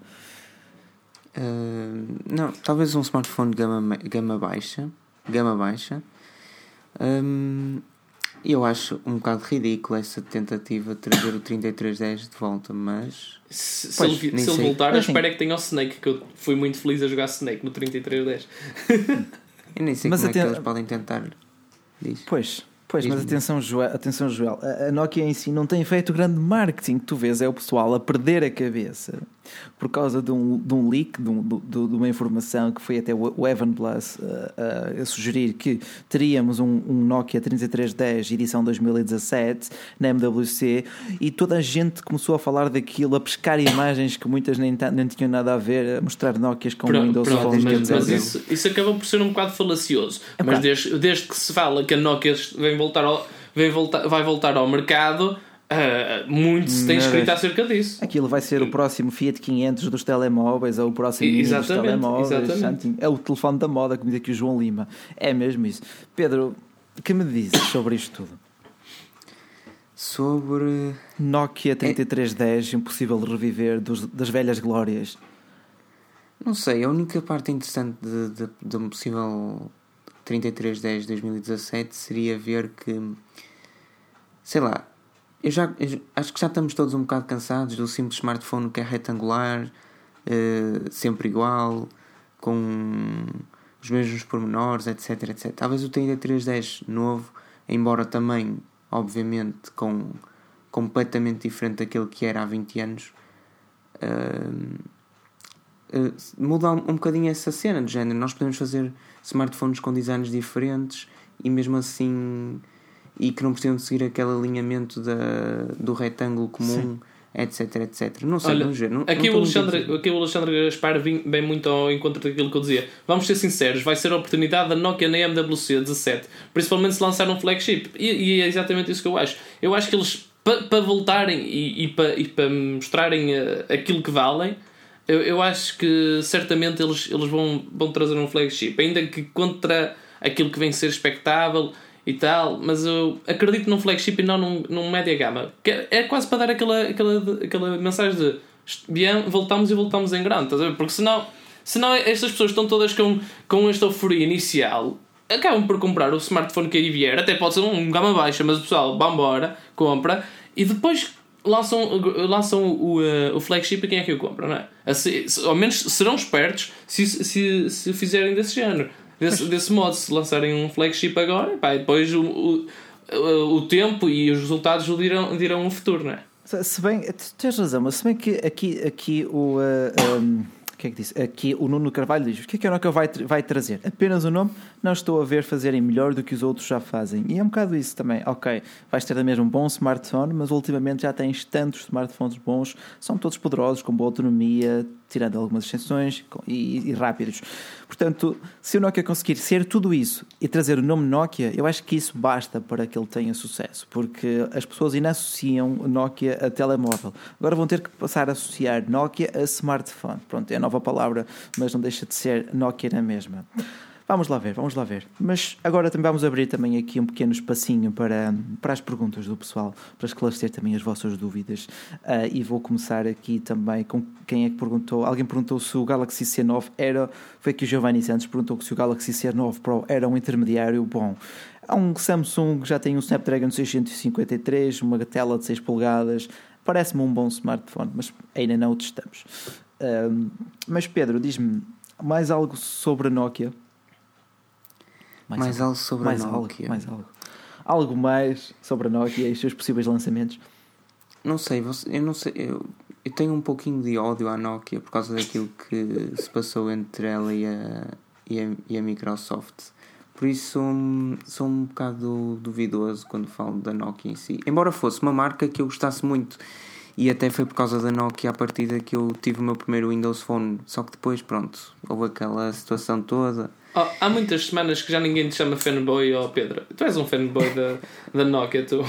Uh, não, talvez um smartphone de gama, gama baixa. Gama baixa. Um, eu acho um bocado ridículo essa tentativa de trazer o trinta e três dez de volta, mas se, se, pois, ele, se ele voltar, mas, eu espero é que tenha o Snake, que eu fui muito feliz a jogar Snake no trinta e três dez. Eu nem sei mas como é que eles podem tentar. Diz. Pois, pois mas atenção, Joel, atenção, Joel. A, a Nokia em si não tem feito grande marketing. Tu vês, é o pessoal a perder a cabeça por causa de um, de um leak, de, um, de, de uma informação que foi até o Evan Plus uh, uh, a sugerir que teríamos um, um Nokia trinta e três dez edição dois mil e dezassete na M W C, e toda a gente começou a falar daquilo, a pescar imagens que muitas nem, nem tinham nada a ver, a mostrar Nokias com pronto, Windows pronto, Phone. Mas, mas isso, isso acaba por ser um bocado falacioso. É mas desde, desde que se fala que a Nokia vem voltar ao, vem voltar, vai voltar ao mercado, Uh, muito se tem escrito acerca disso. Aquilo vai ser o próximo Fiat quinhentos dos telemóveis, ou o próximo Mini dos telemóveis. Exatamente. É o telefone da moda, como diz aqui o João Lima. É mesmo isso. Pedro, o que me dizes sobre isto tudo? Sobre Nokia trinta e três dez, é... impossível de reviver dos, das velhas glórias. Não sei, a única parte interessante de, de, de um possível trinta e três dez dois mil e dezassete seria ver que, sei lá, Eu, já, eu acho que já estamos todos um bocado cansados do simples smartphone que é retangular, uh, sempre igual, com os mesmos pormenores, etc, etc. Talvez o trinta e três dez novo, embora também, obviamente, com, completamente diferente daquele que era há vinte anos, uh, uh, muda um, um bocadinho essa cena do género. Nós podemos fazer smartphones com designs diferentes e mesmo assim... e que não precisam de seguir aquele alinhamento da, do retângulo comum. etc, etcétera. Não sei, Olha, vamos ver. Não, aqui, não o Alexandre, aqui o Alexandre Gaspar vem, vem muito ao encontro daquilo que eu dizia. Vamos ser sinceros, vai ser a oportunidade da Nokia na M W C dezassete, principalmente se lançar um flagship. E, e é exatamente isso que eu acho. Eu acho que eles, para pa voltarem e, e para e pa mostrarem uh, aquilo que valem, eu, eu acho que certamente eles, eles vão, vão trazer um flagship, ainda que contra aquilo que vem ser expectável e tal, mas eu acredito num flagship e não num, num média gama. Que é quase para dar aquela, aquela, aquela mensagem de bien, voltamos e voltamos em grande, estás a ver? Porque senão, senão estas pessoas estão todas com, com esta euforia inicial, acabam por comprar o smartphone que aí vier, até pode ser um gama baixa, mas o pessoal vai embora, compra, e depois lançam, lançam o, uh, o flagship a quem é que o compra, não é? Assim, ao menos serão espertos se, se, se o fizerem desse género. Desse, desse modo, se lançarem um flagship agora, pá, depois o, o, o tempo e os resultados o dirão, dirão o futuro, não é? Se bem, tens razão, mas se bem que aqui, aqui o. Uh, um, que é que disse? Aqui o Nuno Carvalho diz: o que é que a Nokia vai, vai trazer? Apenas o nome, não estou a ver fazerem melhor do que os outros já fazem. E é um bocado isso também. Ok, vais ter mesmo um bom smartphone, mas ultimamente já tens tantos smartphones bons, são todos poderosos, com boa autonomia, tirando algumas exceções, e, e rápidos. Portanto, se o Nokia conseguir ser tudo isso e trazer o nome Nokia, eu acho que isso basta para que ele tenha sucesso, porque as pessoas ainda associam o Nokia a telemóvel. Agora vão ter que passar a associar Nokia a smartphone. Pronto, é a nova palavra, mas não deixa de ser Nokia na mesma. Vamos lá ver, vamos lá ver. Mas agora também vamos abrir também aqui um pequeno espacinho para, para as perguntas do pessoal, para esclarecer também as vossas dúvidas. Uh, e vou começar aqui também com quem é que perguntou. Alguém perguntou se o Galaxy C nove era... Foi que o Giovanni Santos perguntou se o Galaxy C nove Pro era um intermediário. Bom, há um Samsung que já tem um Snapdragon seiscentos e cinquenta e três, uma tela de seis polegadas. Parece-me um bom smartphone, mas ainda não o testamos. Uh, mas Pedro, diz-me mais algo sobre a Nokia. Mais, mais algo, algo sobre mais a Nokia. Algo, mais algo. Algo mais sobre a Nokia e os seus possíveis lançamentos? Não sei, você, eu não sei. Eu, eu tenho um pouquinho de ódio à Nokia por causa daquilo que se passou entre ela e a, e a, e a Microsoft. Por isso um, sou um bocado duvidoso quando falo da Nokia em si. Embora fosse uma marca que eu gostasse muito. E até foi por causa da Nokia a partida que eu tive o meu primeiro Windows Phone. Só que depois, pronto, houve aquela situação toda. Oh, há muitas semanas que já ninguém te chama fanboy, ó oh Pedro. Tu és um fanboy da, da Nokia, tu.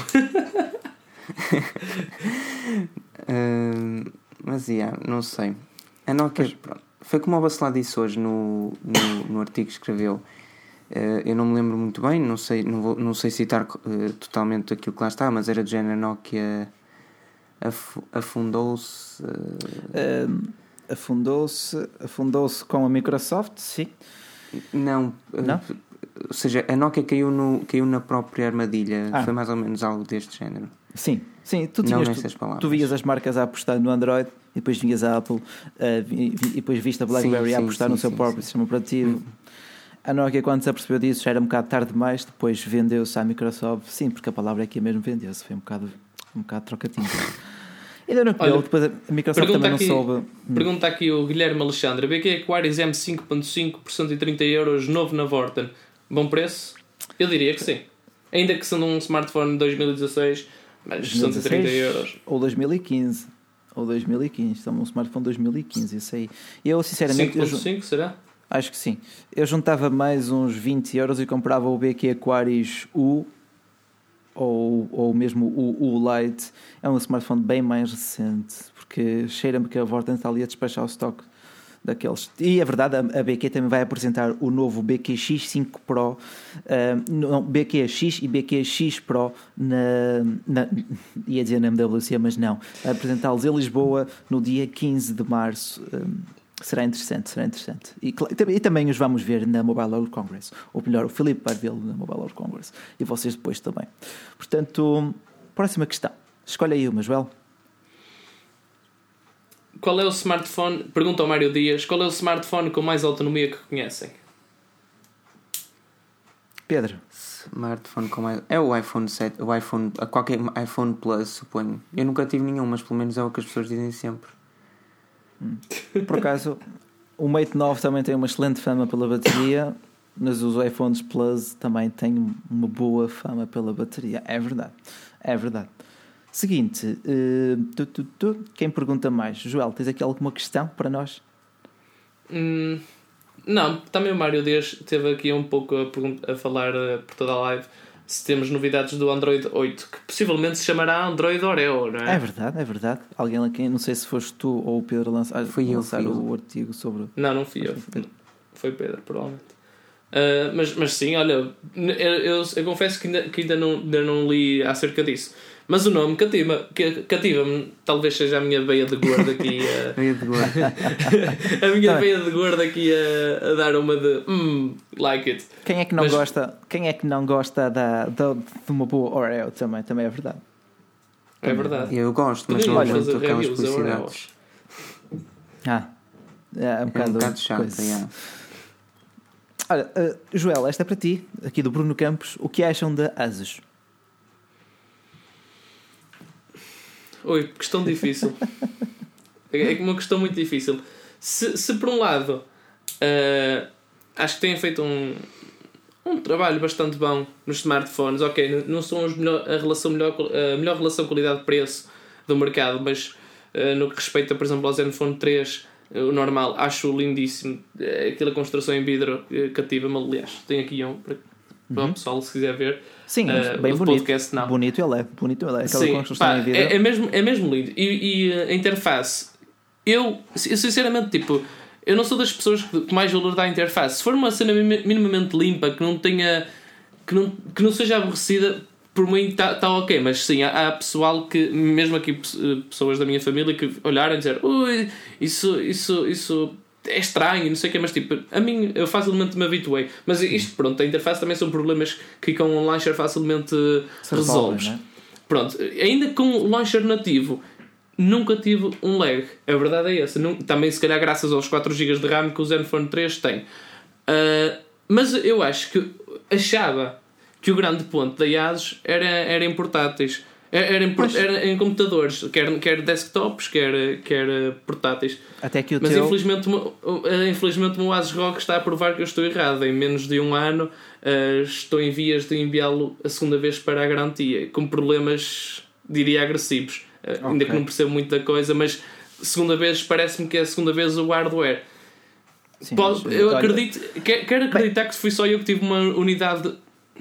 uh, mas, yeah, não sei. A Nokia, pronto, foi como o Bacelar disse hoje no, no, no artigo que escreveu. Uh, eu não me lembro muito bem, não sei, não vou, não sei citar uh, totalmente aquilo que lá está, mas era de género. A Nokia af, afundou-se... Uh... Uh, afundou-se afundou-se com a Microsoft, sim. Não, não? Uh, ou seja, a Nokia caiu, no, caiu na própria armadilha. Ah. Foi mais ou menos algo deste género. Sim, sim, tu, não tinhas, tu, tu vias as marcas a apostar no Android e depois vinhas a Apple uh, vi, vi, e depois viste a BlackBerry sim, a apostar sim, no sim, seu sim, próprio sim. sistema operativo. Hum. A Nokia, quando se apercebeu disso, já era um bocado tarde demais, depois vendeu-se à Microsoft. Sim, porque a palavra aqui mesmo vendeu-se, foi um bocado, um bocado trocatinho. Ainda não pegou, depois a Microsoft também não aqui, soube. Pergunta aqui o Guilherme Alexandre: B Q Aquarius M cinco ponto cinco por cento e trinta euros, novo na Vorten. Bom preço? Eu diria que sim. Ainda que sendo um smartphone de dois mil e dezasseis, mas cento e trinta euros. Ou dois mil e quinze. Ou dois mil e quinze. Estamos um smartphone de dois mil e quinze, isso aí. Eu, sinceramente. cinco ponto cinco, será? Acho que sim. Eu juntava mais uns vinte euros e comprava o B Q Aquarius U. Ou, ou mesmo o, o Lite. É um smartphone bem mais recente, porque cheira-me que a Vorten está ali a despachar o stock daqueles. E é verdade, a, a B Q também vai apresentar o novo B Q X cinco Pro, uh, não, B Q X e B Q X Pro na, na, ia dizer na M W C, mas não, vai apresentá-los em Lisboa no dia quinze de março. Um, será interessante, será interessante. E, e também os vamos ver na Mobile World Congress. Ou melhor, o Filipe vai vê-lo na Mobile World Congress. E vocês depois também. Portanto, próxima questão. Escolhe aí uma, Joel. Qual é o smartphone, pergunta ao Mário Dias, qual é o smartphone com mais autonomia que conhecem? Pedro. Smartphone com mais... É o iPhone sete, o iPhone, qualquer iPhone Plus, suponho. Eu nunca tive nenhum, mas pelo menos é o que as pessoas dizem sempre. Por acaso, o Mate nove também tem uma excelente fama pela bateria, mas os iPhones Plus também têm uma boa fama pela bateria. É verdade, é verdade. Seguinte, uh, tu, tu, tu, quem pergunta mais? Joel, tens aqui alguma questão para nós? Hum, não, também o Mário Dias esteve aqui um pouco a, a falar uh, por toda a live se temos novidades do Android oito, que possivelmente se chamará Android Oreo, não é? É verdade, é verdade. Alguém aqui, não sei se foste tu ou o Pedro lançar, fui eu, lançar fui o eu. artigo sobre... Não, não fui eu. Foi Pedro, provavelmente. Uh, mas, mas sim, olha, eu, eu, eu confesso que ainda, que ainda, não, ainda não li acerca disso. Mas o nome cativa, cativa-me, talvez seja a minha veia de gordo aqui a, Veia de gordo. a minha veia de gordo aqui a, a dar uma de hum, like it. Quem é que não Mas- gosta, quem é que não gosta da, da, de uma boa Oreo também, também é verdade. É verdade. Eu gosto, mas não Podíamos aguento fazer aquelas reviews a publicidades. Ah, é um bocado, É um bocado chato, coisa. yeah. Olha, uh, Joel, esta é para ti, aqui do Bruno Campos. O que acham da Asus? Oi, questão difícil. É uma questão muito difícil. Se, se por um lado uh, acho que têm feito um, um trabalho bastante bom nos smartphones, ok, não são os melhor, a, relação melhor, a melhor relação qualidade-preço do mercado, mas uh, no que respeita, por exemplo, ao Zenfone três, uh, o normal, acho lindíssimo. Uh, aquela construção em vidro uh, cativa-me, aliás. Tenho aqui um para, para Uhum. o pessoal, se quiser ver. Sim, Uh, bem o bonito. podcast, não. Bonito ele é, bonito ele é. Aquela Sim, construção pá, em vidro. é, é, mesmo, é mesmo lindo. E, e a interface, eu, eu sinceramente, tipo, eu não sou das pessoas que mais valor dá à interface. Se for uma cena minimamente limpa, que não tenha, que não, que não seja aborrecida, por mim está tá ok. Mas sim, há, há pessoal que, mesmo aqui pessoas da minha família, que olharam e dizer, ui, isso, isso, isso é estranho, não sei o que, mas tipo, a mim eu facilmente me habituei. Mas isto, pronto, a interface também são problemas que com um launcher facilmente Se resolves. resolvem, não é? Pronto, ainda com o launcher nativo nunca tive um lag, a verdade é essa. Não, também se calhar graças aos quatro gigas de RAM que o Zenfone três tem. Uh, mas eu acho que achava que o grande ponto da Asus era, era em portáteis. Era, era, em, Pois. era em computadores, quer, quer desktops, quer, quer portáteis. Até que o Mas teu... infelizmente, o meu- infelizmente o meu Asus ROG está a provar que eu estou errado. Em menos de um ano uh, estou em vias de enviá-lo a segunda vez para a garantia, com problemas, diria, agressivos. Uh, Ok. Ainda que não percebo muito da coisa, mas segunda vez parece-me que é a segunda vez o hardware. Sim, Pode- mas, eu olha, acredito, quero, quero acreditar que fui só eu que tive uma unidade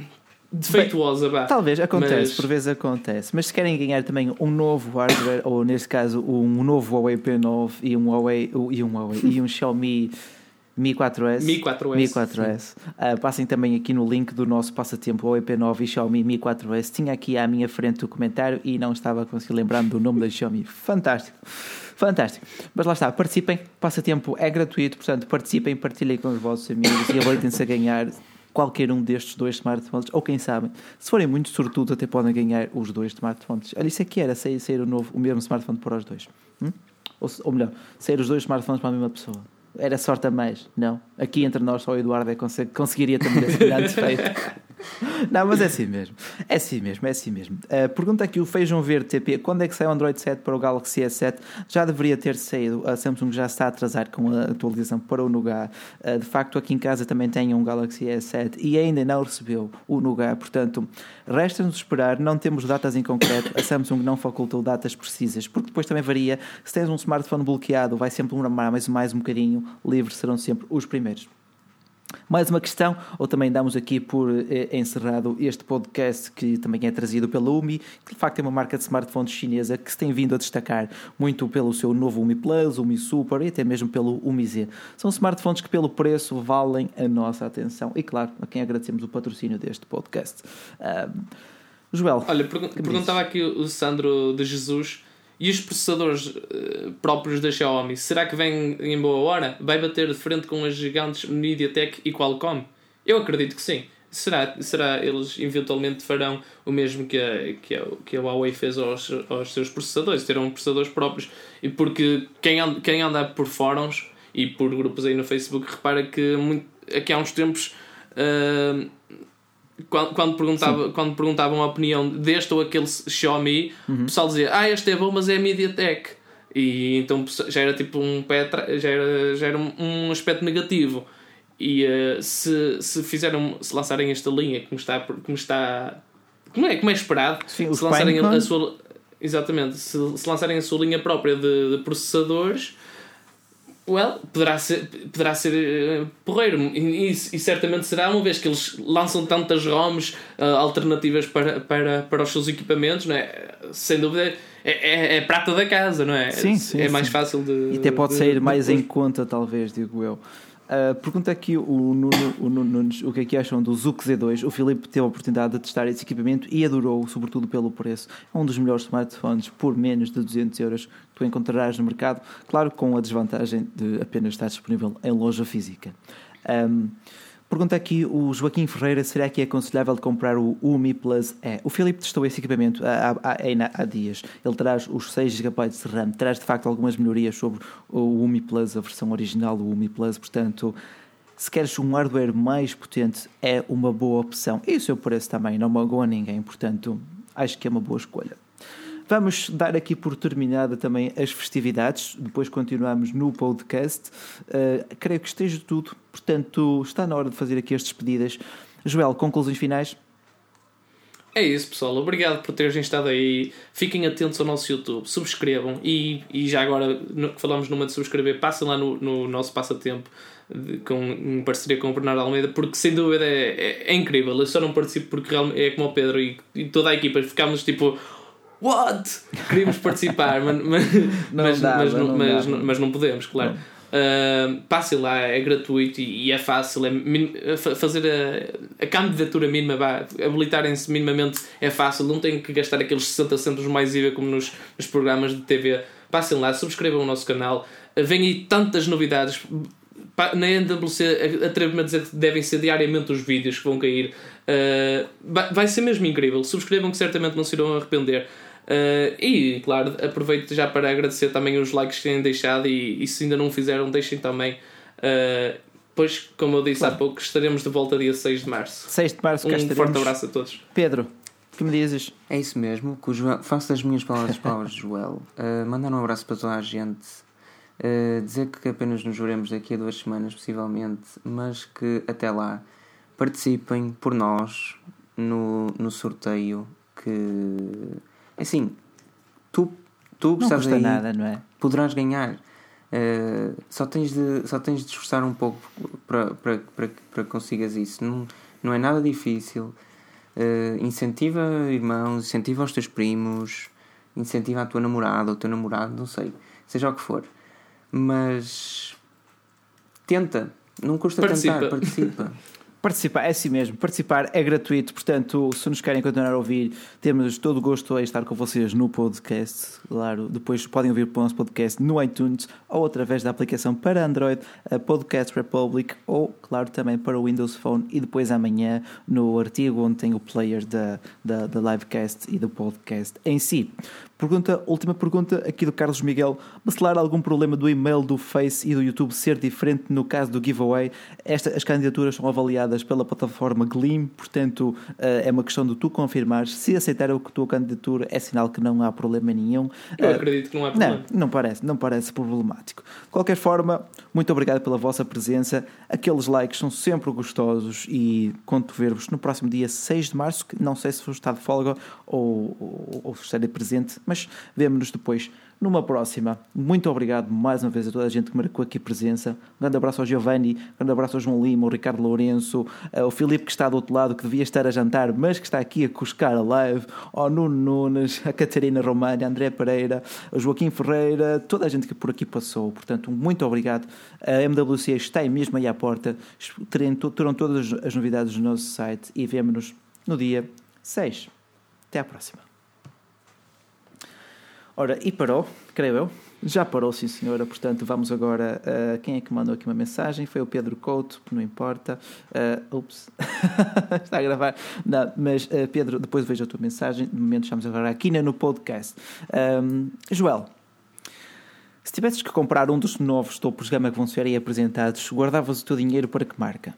defeituosa. vá. Talvez, acontece, Mas- por vezes acontece. Mas se querem ganhar também um novo hardware, ou neste caso um novo Huawei P nove e um Huawei, e um, Huawei, e um Xiaomi Mi quatro S, Mi quatro S, Mi quatro S. Uh, passem também aqui no link do nosso passatempo Huawei P nove e Xiaomi Mi quatro S. Tinha aqui à minha frente o comentário e não estava a conseguir lembrar-me do nome da Xiaomi. Fantástico. Fantástico. Mas lá está, participem. Passatempo é gratuito, portanto participem, partilhem com os vossos amigos e habilitem-se a ganhar qualquer um destes dois smartphones, ou quem sabe, se forem muito sortudos, até podem ganhar os dois smartphones. Olha, isso aqui era sair, sair o, novo, o mesmo smartphone para os dois. Hum? Ou, ou melhor, sair os dois smartphones para a mesma pessoa. Era sorte a mais? Não. Aqui entre nós, só o Eduardo é consegue, conseguiria também esse grande feito. Não, mas é assim mesmo. É assim mesmo, é assim mesmo. Uh, pergunta aqui o Feijão Verde T P: quando é que sai o Android sete para o Galaxy S sete? Já deveria ter saído. A Samsung já está a atrasar com a atualização para o Nougat. Uh, de facto, aqui em casa também tenho um Galaxy S sete e ainda não recebeu o Nougat. Portanto, resta-nos esperar. Não temos datas em concreto. A Samsung não facultou datas precisas, porque depois também varia. Se tens um smartphone bloqueado, vai sempre demorar mais, mais um bocadinho. Livres serão sempre os primeiros. Mais uma questão, ou também damos aqui por eh, encerrado este podcast que também é trazido pela Umi, que de facto é uma marca de smartphones chinesa que se tem vindo a destacar muito pelo seu novo Umi Plus, Umi Super e até mesmo pelo Umi Z. São smartphones que pelo preço valem a nossa atenção e claro, a quem agradecemos o patrocínio deste podcast. Um, Joel. Olha, pergun- perguntava aqui o Sandro de Jesus: e os processadores uh, próprios da Xiaomi, será que vêm em boa hora? Vai bater de frente com as gigantes MediaTek e Qualcomm? Eu acredito que sim. Será, será eles eventualmente farão o mesmo que a, que a, que a Huawei fez aos, aos seus processadores, terão processadores próprios. E porque quem anda, quem anda por fóruns e por grupos aí no Facebook repara que muito, aqui há uns tempos uh, quando, quando, perguntava, quando perguntavam a opinião deste ou aquele Xiaomi, uhum. o pessoal dizia, ah, este é bom, mas é MediaTek. E então já era tipo um pé, já era, já era um, um aspecto negativo. E uh, se, se fizeram, se lançarem esta linha como está, como está como é, como é esperado, Sim, se lançarem a, a sua exatamente, se, se lançarem a sua linha própria de, de processadores, well, poderá ser, poderá ser uh, porreiro, e, e, e certamente será, uma vez que eles lançam tantas ROMs uh, alternativas para, para, para os seus equipamentos, não é? Sem dúvida é, é, é prata da casa, não é? Sim, sim, é mais sim. fácil de... E até pode de, sair de, mais de... em conta, talvez, digo eu. Uh, pergunta aqui o Nuno, o Nuno Nunes o que é que acham do Zuc Z dois. O Filipe teve a oportunidade de testar esse equipamento e adorou, sobretudo pelo preço. É um dos melhores smartphones por menos de duzentos euros que tu encontrarás no mercado, claro, com a desvantagem de apenas estar disponível em loja física. Um, pergunta aqui o Joaquim Ferreira: será que é aconselhável comprar o Umi Plus E? O Filipe testou esse equipamento há, há, há, há dias. Ele traz os seis gigabytes de RAM, traz de facto algumas melhorias sobre o Umi Plus, a versão original do Umi Plus. Portanto, se queres um hardware mais potente, é uma boa opção. E o seu preço também não magoa ninguém, portanto acho que é uma boa escolha. Vamos dar aqui por terminada também as festividades, depois continuamos no podcast. Uh, creio que esteja tudo, portanto está na hora de fazer aqui as despedidas. Joel, conclusões finais? É isso, pessoal, obrigado por terem estado aí. Fiquem atentos ao nosso YouTube, subscrevam e, e já agora que falamos no momento de subscrever, passem lá no, no nosso passatempo de, com, em parceria com o Bernardo Almeida, porque sem dúvida é, é, é incrível. Eu só não participo porque realmente é como o Pedro e, e toda a equipa, ficámos tipo... What? Queríamos participar, mas, mas, não mas, dava, mas, não mas, dava. mas não podemos, claro. Uh, passem lá, é gratuito e, e é fácil. É min, fazer a, a candidatura mínima, habilitarem-se minimamente é fácil. Não têm que gastar aqueles sessenta centos mais I V A como nos, nos programas de T V. Passem lá, subscrevam o nosso canal. Uh, vêm aí tantas novidades. Na N W C, atrevo-me a dizer que devem ser diariamente os vídeos que vão cair. Uh, vai ser mesmo incrível. Subscrevam que certamente não se irão arrepender. Uh, e claro, aproveito já para agradecer também os likes que têm deixado, e, e se ainda não fizeram, deixem também. Uh, pois, como eu disse claro. há pouco, estaremos de volta dia seis de março. seis de março, cá um estaremos. Forte abraço a todos. Pedro, que me dizes? É isso mesmo, que o Joel, faço das minhas palavras as palavras de Joel. Uh, mandar um abraço para toda a gente. Uh, dizer que apenas nos veremos daqui a duas semanas, possivelmente, mas que até lá participem por nós no, no sorteio. Que assim, tu, tu que não estás custa aí, nada, não é? poderás ganhar. Uh, só, tens de, só tens de esforçar um pouco para, para, para, para que consigas isso. Não, não é nada difícil. Uh, incentiva irmãos, incentiva os teus primos, incentiva a tua namorada ou o teu namorado, não sei, seja o que for. Mas tenta, não custa participa. tentar, participa. Participar, é assim mesmo, participar é gratuito, portanto, se nos querem continuar a ouvir, temos todo o gosto em estar com vocês no podcast, claro, depois podem ouvir o nosso podcast no iTunes ou através da aplicação para Android, a Podcast Republic, ou, claro, também para o Windows Phone, e depois amanhã no artigo onde tem o player da, da, da livecast e do podcast em si. Pergunta, última pergunta aqui do Carlos Miguel: Bacelar, algum problema do e-mail do Face e do YouTube ser diferente no caso do giveaway? Esta, as candidaturas são avaliadas pela plataforma Gleam, portanto é uma questão de tu confirmar. Se aceitar a tua candidatura, é sinal que não há problema nenhum. Eu acredito que não há problema. Não, não parece, não parece problemático. De qualquer forma, muito obrigado pela vossa presença. Aqueles likes são sempre gostosos e conto ver-vos no próximo dia seis de março, que não sei se vou estar de folga ou, ou, ou estarei presente, mas vemo-nos depois numa próxima. Muito obrigado mais uma vez a toda a gente que marcou aqui presença. Um grande abraço ao Giovanni, um grande abraço ao João Lima, ao Ricardo Lourenço, ao Filipe que está do outro lado, que devia estar a jantar, mas que está aqui a cuscar a live, ao Nuno Nunes, a Catarina Romana, a André Pereira, ao Joaquim Ferreira, toda a gente que por aqui passou. Portanto, muito obrigado. A M W C está mesmo aí à porta. Terão todas as novidades no nosso site e vemo-nos no dia seis. Até à próxima. Ora, e parou, creio eu. Já parou, sim senhora. Portanto, vamos agora a uh, quem é que mandou aqui uma mensagem? Foi o Pedro Couto, não importa. Uh, ups, está a gravar. Não, mas uh, Pedro, depois vejo a tua mensagem. De momento estamos agora aqui no podcast. Um, Joel, se tivesses que comprar um dos novos topos de gama que vão ser aí apresentados, guardavas o teu dinheiro para que marca?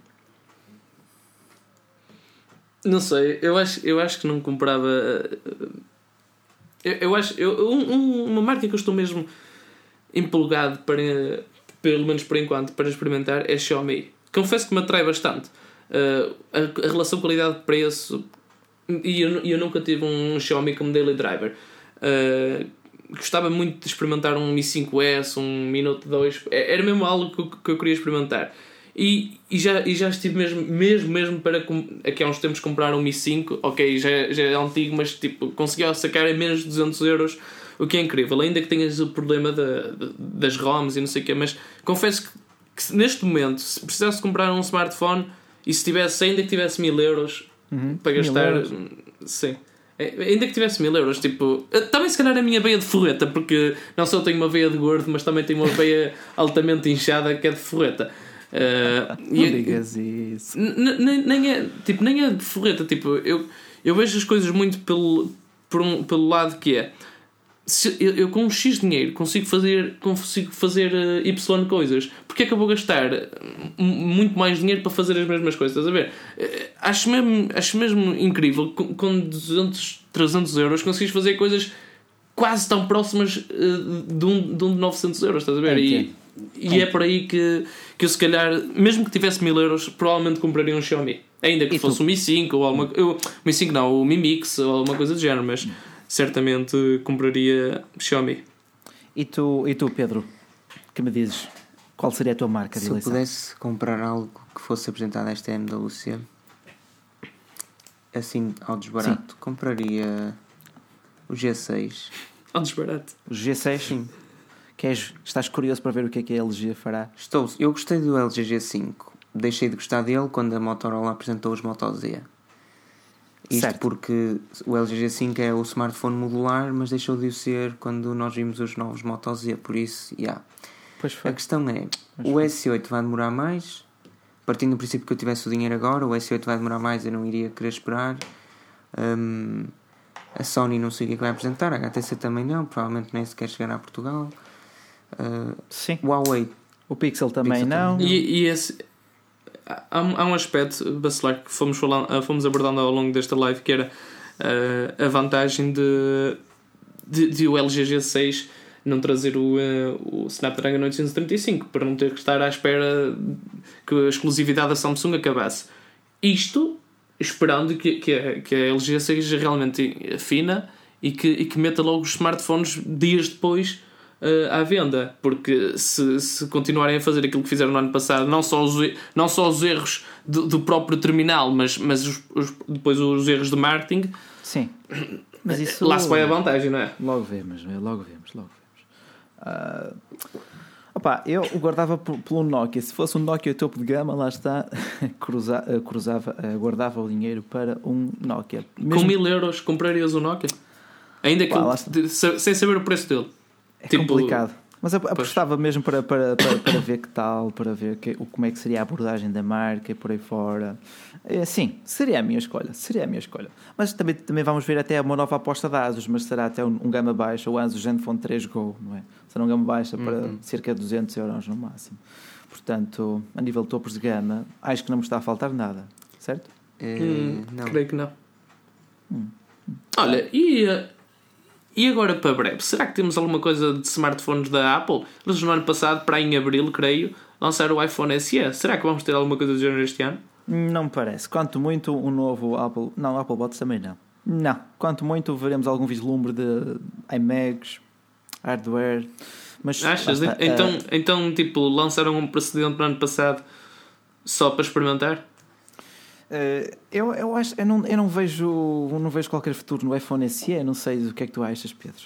Não sei, eu acho, eu acho que não comprava... Eu, eu acho... Eu, um, uma marca que eu estou mesmo empolgado para, pelo menos por enquanto, para experimentar é Xiaomi. Confesso que me atrai bastante. Uh, a, a relação qualidade-preço... E eu, eu nunca tive um Xiaomi como daily driver. Uh, gostava muito de experimentar um Mi cinco S, um Mi Note dois. Era mesmo algo que eu, que eu queria experimentar. E, e, já, e já estive mesmo, mesmo, mesmo para aqui há uns tempos comprar um Mi cinco. Ok, já, já é antigo, mas tipo, consegui sacar em menos de duzentos euros, o que é incrível. Ainda que tenhas o problema da, das ROMs e não sei o quê, mas confesso que, que neste momento, se precisasse comprar um smartphone e se tivesse, ainda que tivesse mil euros uhum. para gastar, euros. Sim. Ainda que tivesse mil euros, tipo, também se calhar a minha veia de forreta, porque não só tenho uma veia de gordo, mas também tenho uma veia altamente inchada que é de forreta. Uh, não e, digas isso. Nem, nem, é, tipo, nem é de forreta, tipo, eu, eu vejo as coisas muito pelo, por um, pelo lado que é. Se eu, eu com um X dinheiro consigo fazer, consigo fazer uh, Y coisas, porque é que eu vou gastar muito mais dinheiro para fazer as mesmas coisas? Estás a ver? Uh, acho, mesmo, acho mesmo incrível com, com duzentos, trezentos euros conseguires fazer coisas quase tão próximas uh, de, um, de um de novecentos euros, estás a ver? E, e é por aí que, que eu, se calhar, mesmo que tivesse mil euros, provavelmente compraria um Xiaomi, ainda que e fosse o um Mi cinco ou alguma coisa. Mi cinco não, o Mi Mix ou alguma coisa do género, mas certamente compraria Xiaomi. E tu, e tu, Pedro, que me dizes? Qual seria a tua marca de Se eleição? Se eu pudesse comprar algo que fosse apresentado nesta M W C, assim, ao desbarato, sim, compraria o G seis. Ao desbarato? O G seis? Sim. Queres, estás curioso para ver o que é que a L G fará? Estou. Eu gostei do L G G cinco. Deixei de gostar dele quando a Motorola apresentou os Moto Z. Isto certo. Porque o L G G cinco é o smartphone modular, mas deixou de o ser quando nós vimos os novos Moto Z. Por isso, já. Yeah. Pois foi. A questão é, pois o foi. S oito vai demorar mais. Partindo do princípio que eu tivesse o dinheiro agora, o S oito vai demorar mais, eu não iria querer esperar. Um, a Sony não sei o que vai apresentar, a H T C também não, provavelmente nem sequer chegará a Portugal. Uh, Sim. O Huawei. O Pixel também Pixel não. Também. E, e esse... Há, há um aspecto, Bacelar, que fomos, falando, fomos abordando ao longo desta live, que era uh, a vantagem de, de, de o L G G seis não trazer o, uh, o Snapdragon oitocentos e trinta e cinco, para não ter que estar à espera que a exclusividade da Samsung acabasse. Isto esperando que, que, a, que a L G seja realmente fina e que, e que meta logo os smartphones dias depois uh, à venda, porque se, se continuarem a fazer aquilo que fizeram no ano passado, não só os, não só os erros do, do próprio terminal, mas, mas os, os, depois os erros de marketing, sim, mas isso lá se vai a vantagem, não é? Logo vemos, logo vemos, logo vemos. Uh, opa, eu guardava pelo Nokia. Se fosse um Nokia topo de gama, lá está, cruza, cruzava, guardava o dinheiro para um Nokia. Mesmo... Com mil euros comprarias um Nokia? Ainda que Pá, ele, sem saber o preço dele. É tipo... complicado. Mas apostava mesmo para, para, para, para ver que tal, para ver que, como é que seria a abordagem da marca e por aí fora. É, sim, seria a minha escolha, seria a minha escolha. Mas também, também vamos ver até uma nova aposta da ASUS, mas será até um, um gama baixa, o ASUS Zenfone três Go, não é? Será um gama baixa para uhum. cerca de duzentos euros no máximo. Portanto, a nível de topos de gama, acho que não me está a faltar nada, certo? É, hum, não. Creio que não. Hum. Olha, e... E agora para breve, será que temos alguma coisa de smartphones da Apple? Eles no ano passado, para em abril, creio, lançaram o iPhone S E. Será que vamos ter alguma coisa do género este ano? Não me parece. Quanto muito um novo Apple... Não, Apple Watch também não. Não. Quanto muito veremos algum vislumbre de iMacs, hardware... Mas, achas? Basta, então, uh... então, tipo, lançaram um precedente no ano passado só para experimentar? Uh, eu, eu, acho, eu, não, eu não vejo eu não vejo qualquer futuro no iPhone S E. Não sei do que é que tu achas, Pedro.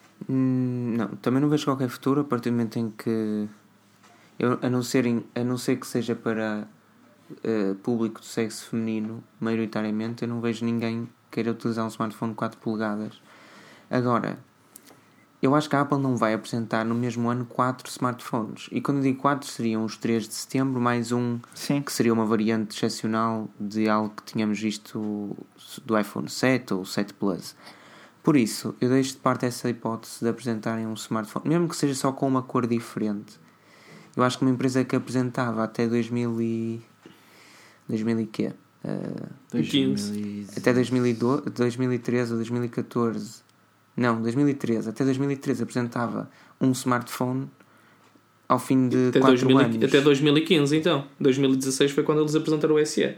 Hum, não, também não vejo qualquer futuro a partir do momento em que eu, a, não ser, a não ser que seja para uh, público de sexo feminino, maioritariamente, eu não vejo ninguém queira utilizar um smartphone de quatro polegadas. Agora, eu acho que a Apple não vai apresentar no mesmo ano quatro smartphones. E quando eu digo quatro, seriam os três de setembro, mais um Sim. que seria uma variante excepcional de algo que tínhamos visto do iPhone sete ou sete Plus. Por isso, eu deixo de parte essa hipótese de apresentarem um smartphone, mesmo que seja só com uma cor diferente. Eu acho que uma empresa que apresentava até dois mil e... dois mil e quê? Uh, dois mil e... Até dois mil e doze, dois mil e treze ou dois mil e catorze... Não, dois mil e treze. Até dois mil e treze apresentava um smartphone ao fim de até quatro dois mil, anos. Até dois mil e quinze, então. dois mil e dezasseis foi quando eles apresentaram o S E.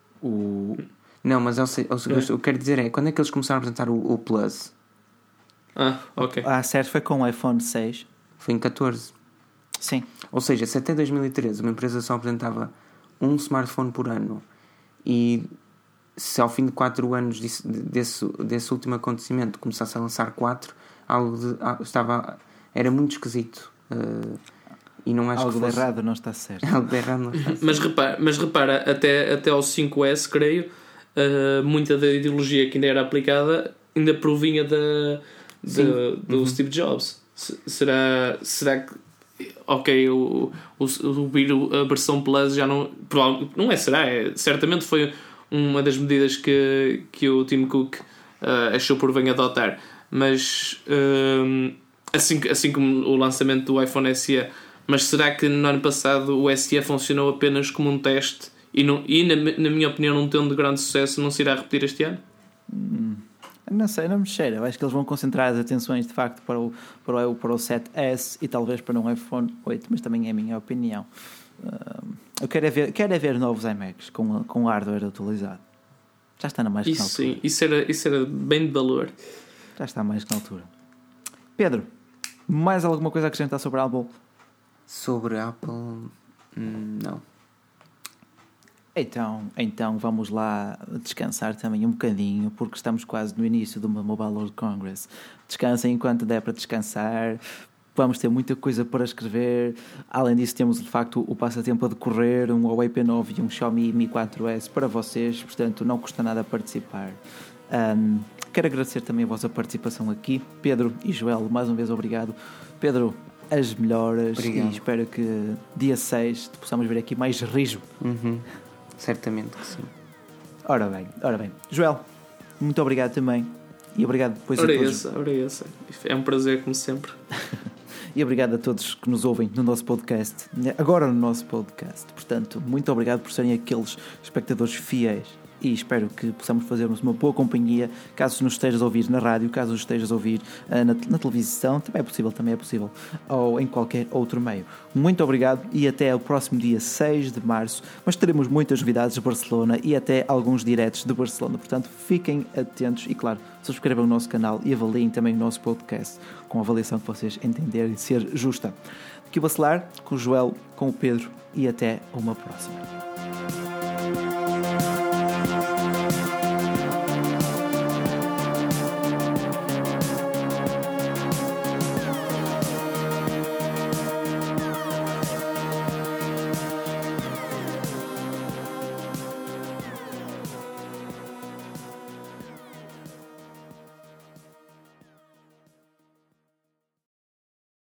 O... Não, mas eu, sei, eu, sei, é. eu quero dizer é, quando é que eles começaram a apresentar o, o Plus? Ah, ok. A Acer foi com o iPhone seis. Foi em catorze. Sim. Ou seja, se até dois mil e treze uma empresa só apresentava um smartphone por ano e se ao fim de quatro anos desse, desse, desse último acontecimento começasse a lançar quatro, algo de, estava, era muito esquisito. Uh, e não acho algo que de fosse... errado não está certo. algo de errado não está certo. Mas repara, mas repara até, até ao cinco S, creio, uh, muita da ideologia que ainda era aplicada ainda provinha da, da, do uhum. Steve Jobs. Será, será que ok, o, o, o, a versão Plus já não não é, será, é, certamente foi uma das medidas que, que o Tim Cook uh, achou por bem adotar, mas uh, assim, assim como o lançamento do iPhone S E, mas será que no ano passado o S E funcionou apenas como um teste e, não, e na, na minha opinião não tendo grande sucesso não se irá repetir este ano? Hum. Não sei, não me cheira. Eu acho que eles vão concentrar as atenções de facto para o, para o, para o sete S e talvez para um iPhone oito, mas também é a minha opinião. Uh, eu quero é ver, quero é ver novos iMacs com, com hardware atualizado. Já está na mais que na altura. Sim, isso era, isso era bem de valor. Já está mais que na altura. Pedro, mais alguma coisa a acrescentar sobre a Apple? Sobre a Apple, hum, não. Então, então vamos lá descansar também um bocadinho, porque estamos quase no início do Mobile World Congress. Descansem enquanto der para descansar. Vamos ter muita coisa para escrever. Além disso, temos de facto o passatempo a decorrer, um Huawei P nove e um Xiaomi Mi quatro S para vocês, portanto não custa nada participar. Um, quero agradecer também a vossa participação aqui, Pedro e Joel, mais uma vez obrigado. Pedro, as melhoras. Obrigado. E espero que dia seis possamos ver aqui mais rijo. Uhum. Certamente que sim. Ora bem, ora bem. Joel, muito obrigado também. E obrigado depois ora a todos. Essa, ora essa. É um prazer, como sempre. E obrigado a todos que nos ouvem no nosso podcast. Agora no nosso podcast. Portanto, muito obrigado por serem aqueles espectadores fiéis. E espero que possamos fazer-nos uma boa companhia, caso nos estejas a ouvir na rádio, caso nos estejas a ouvir uh, na, na televisão, também é possível, também é possível, ou em qualquer outro meio. Muito obrigado e até o próximo dia seis de março, mas teremos muitas novidades de Barcelona e até alguns diretos de Barcelona, portanto fiquem atentos e claro, subscrevam o nosso canal e avaliem também o nosso podcast, com a avaliação que vocês entenderem ser justa. Aqui o Bacelar, com o Joel, com o Pedro e até uma próxima.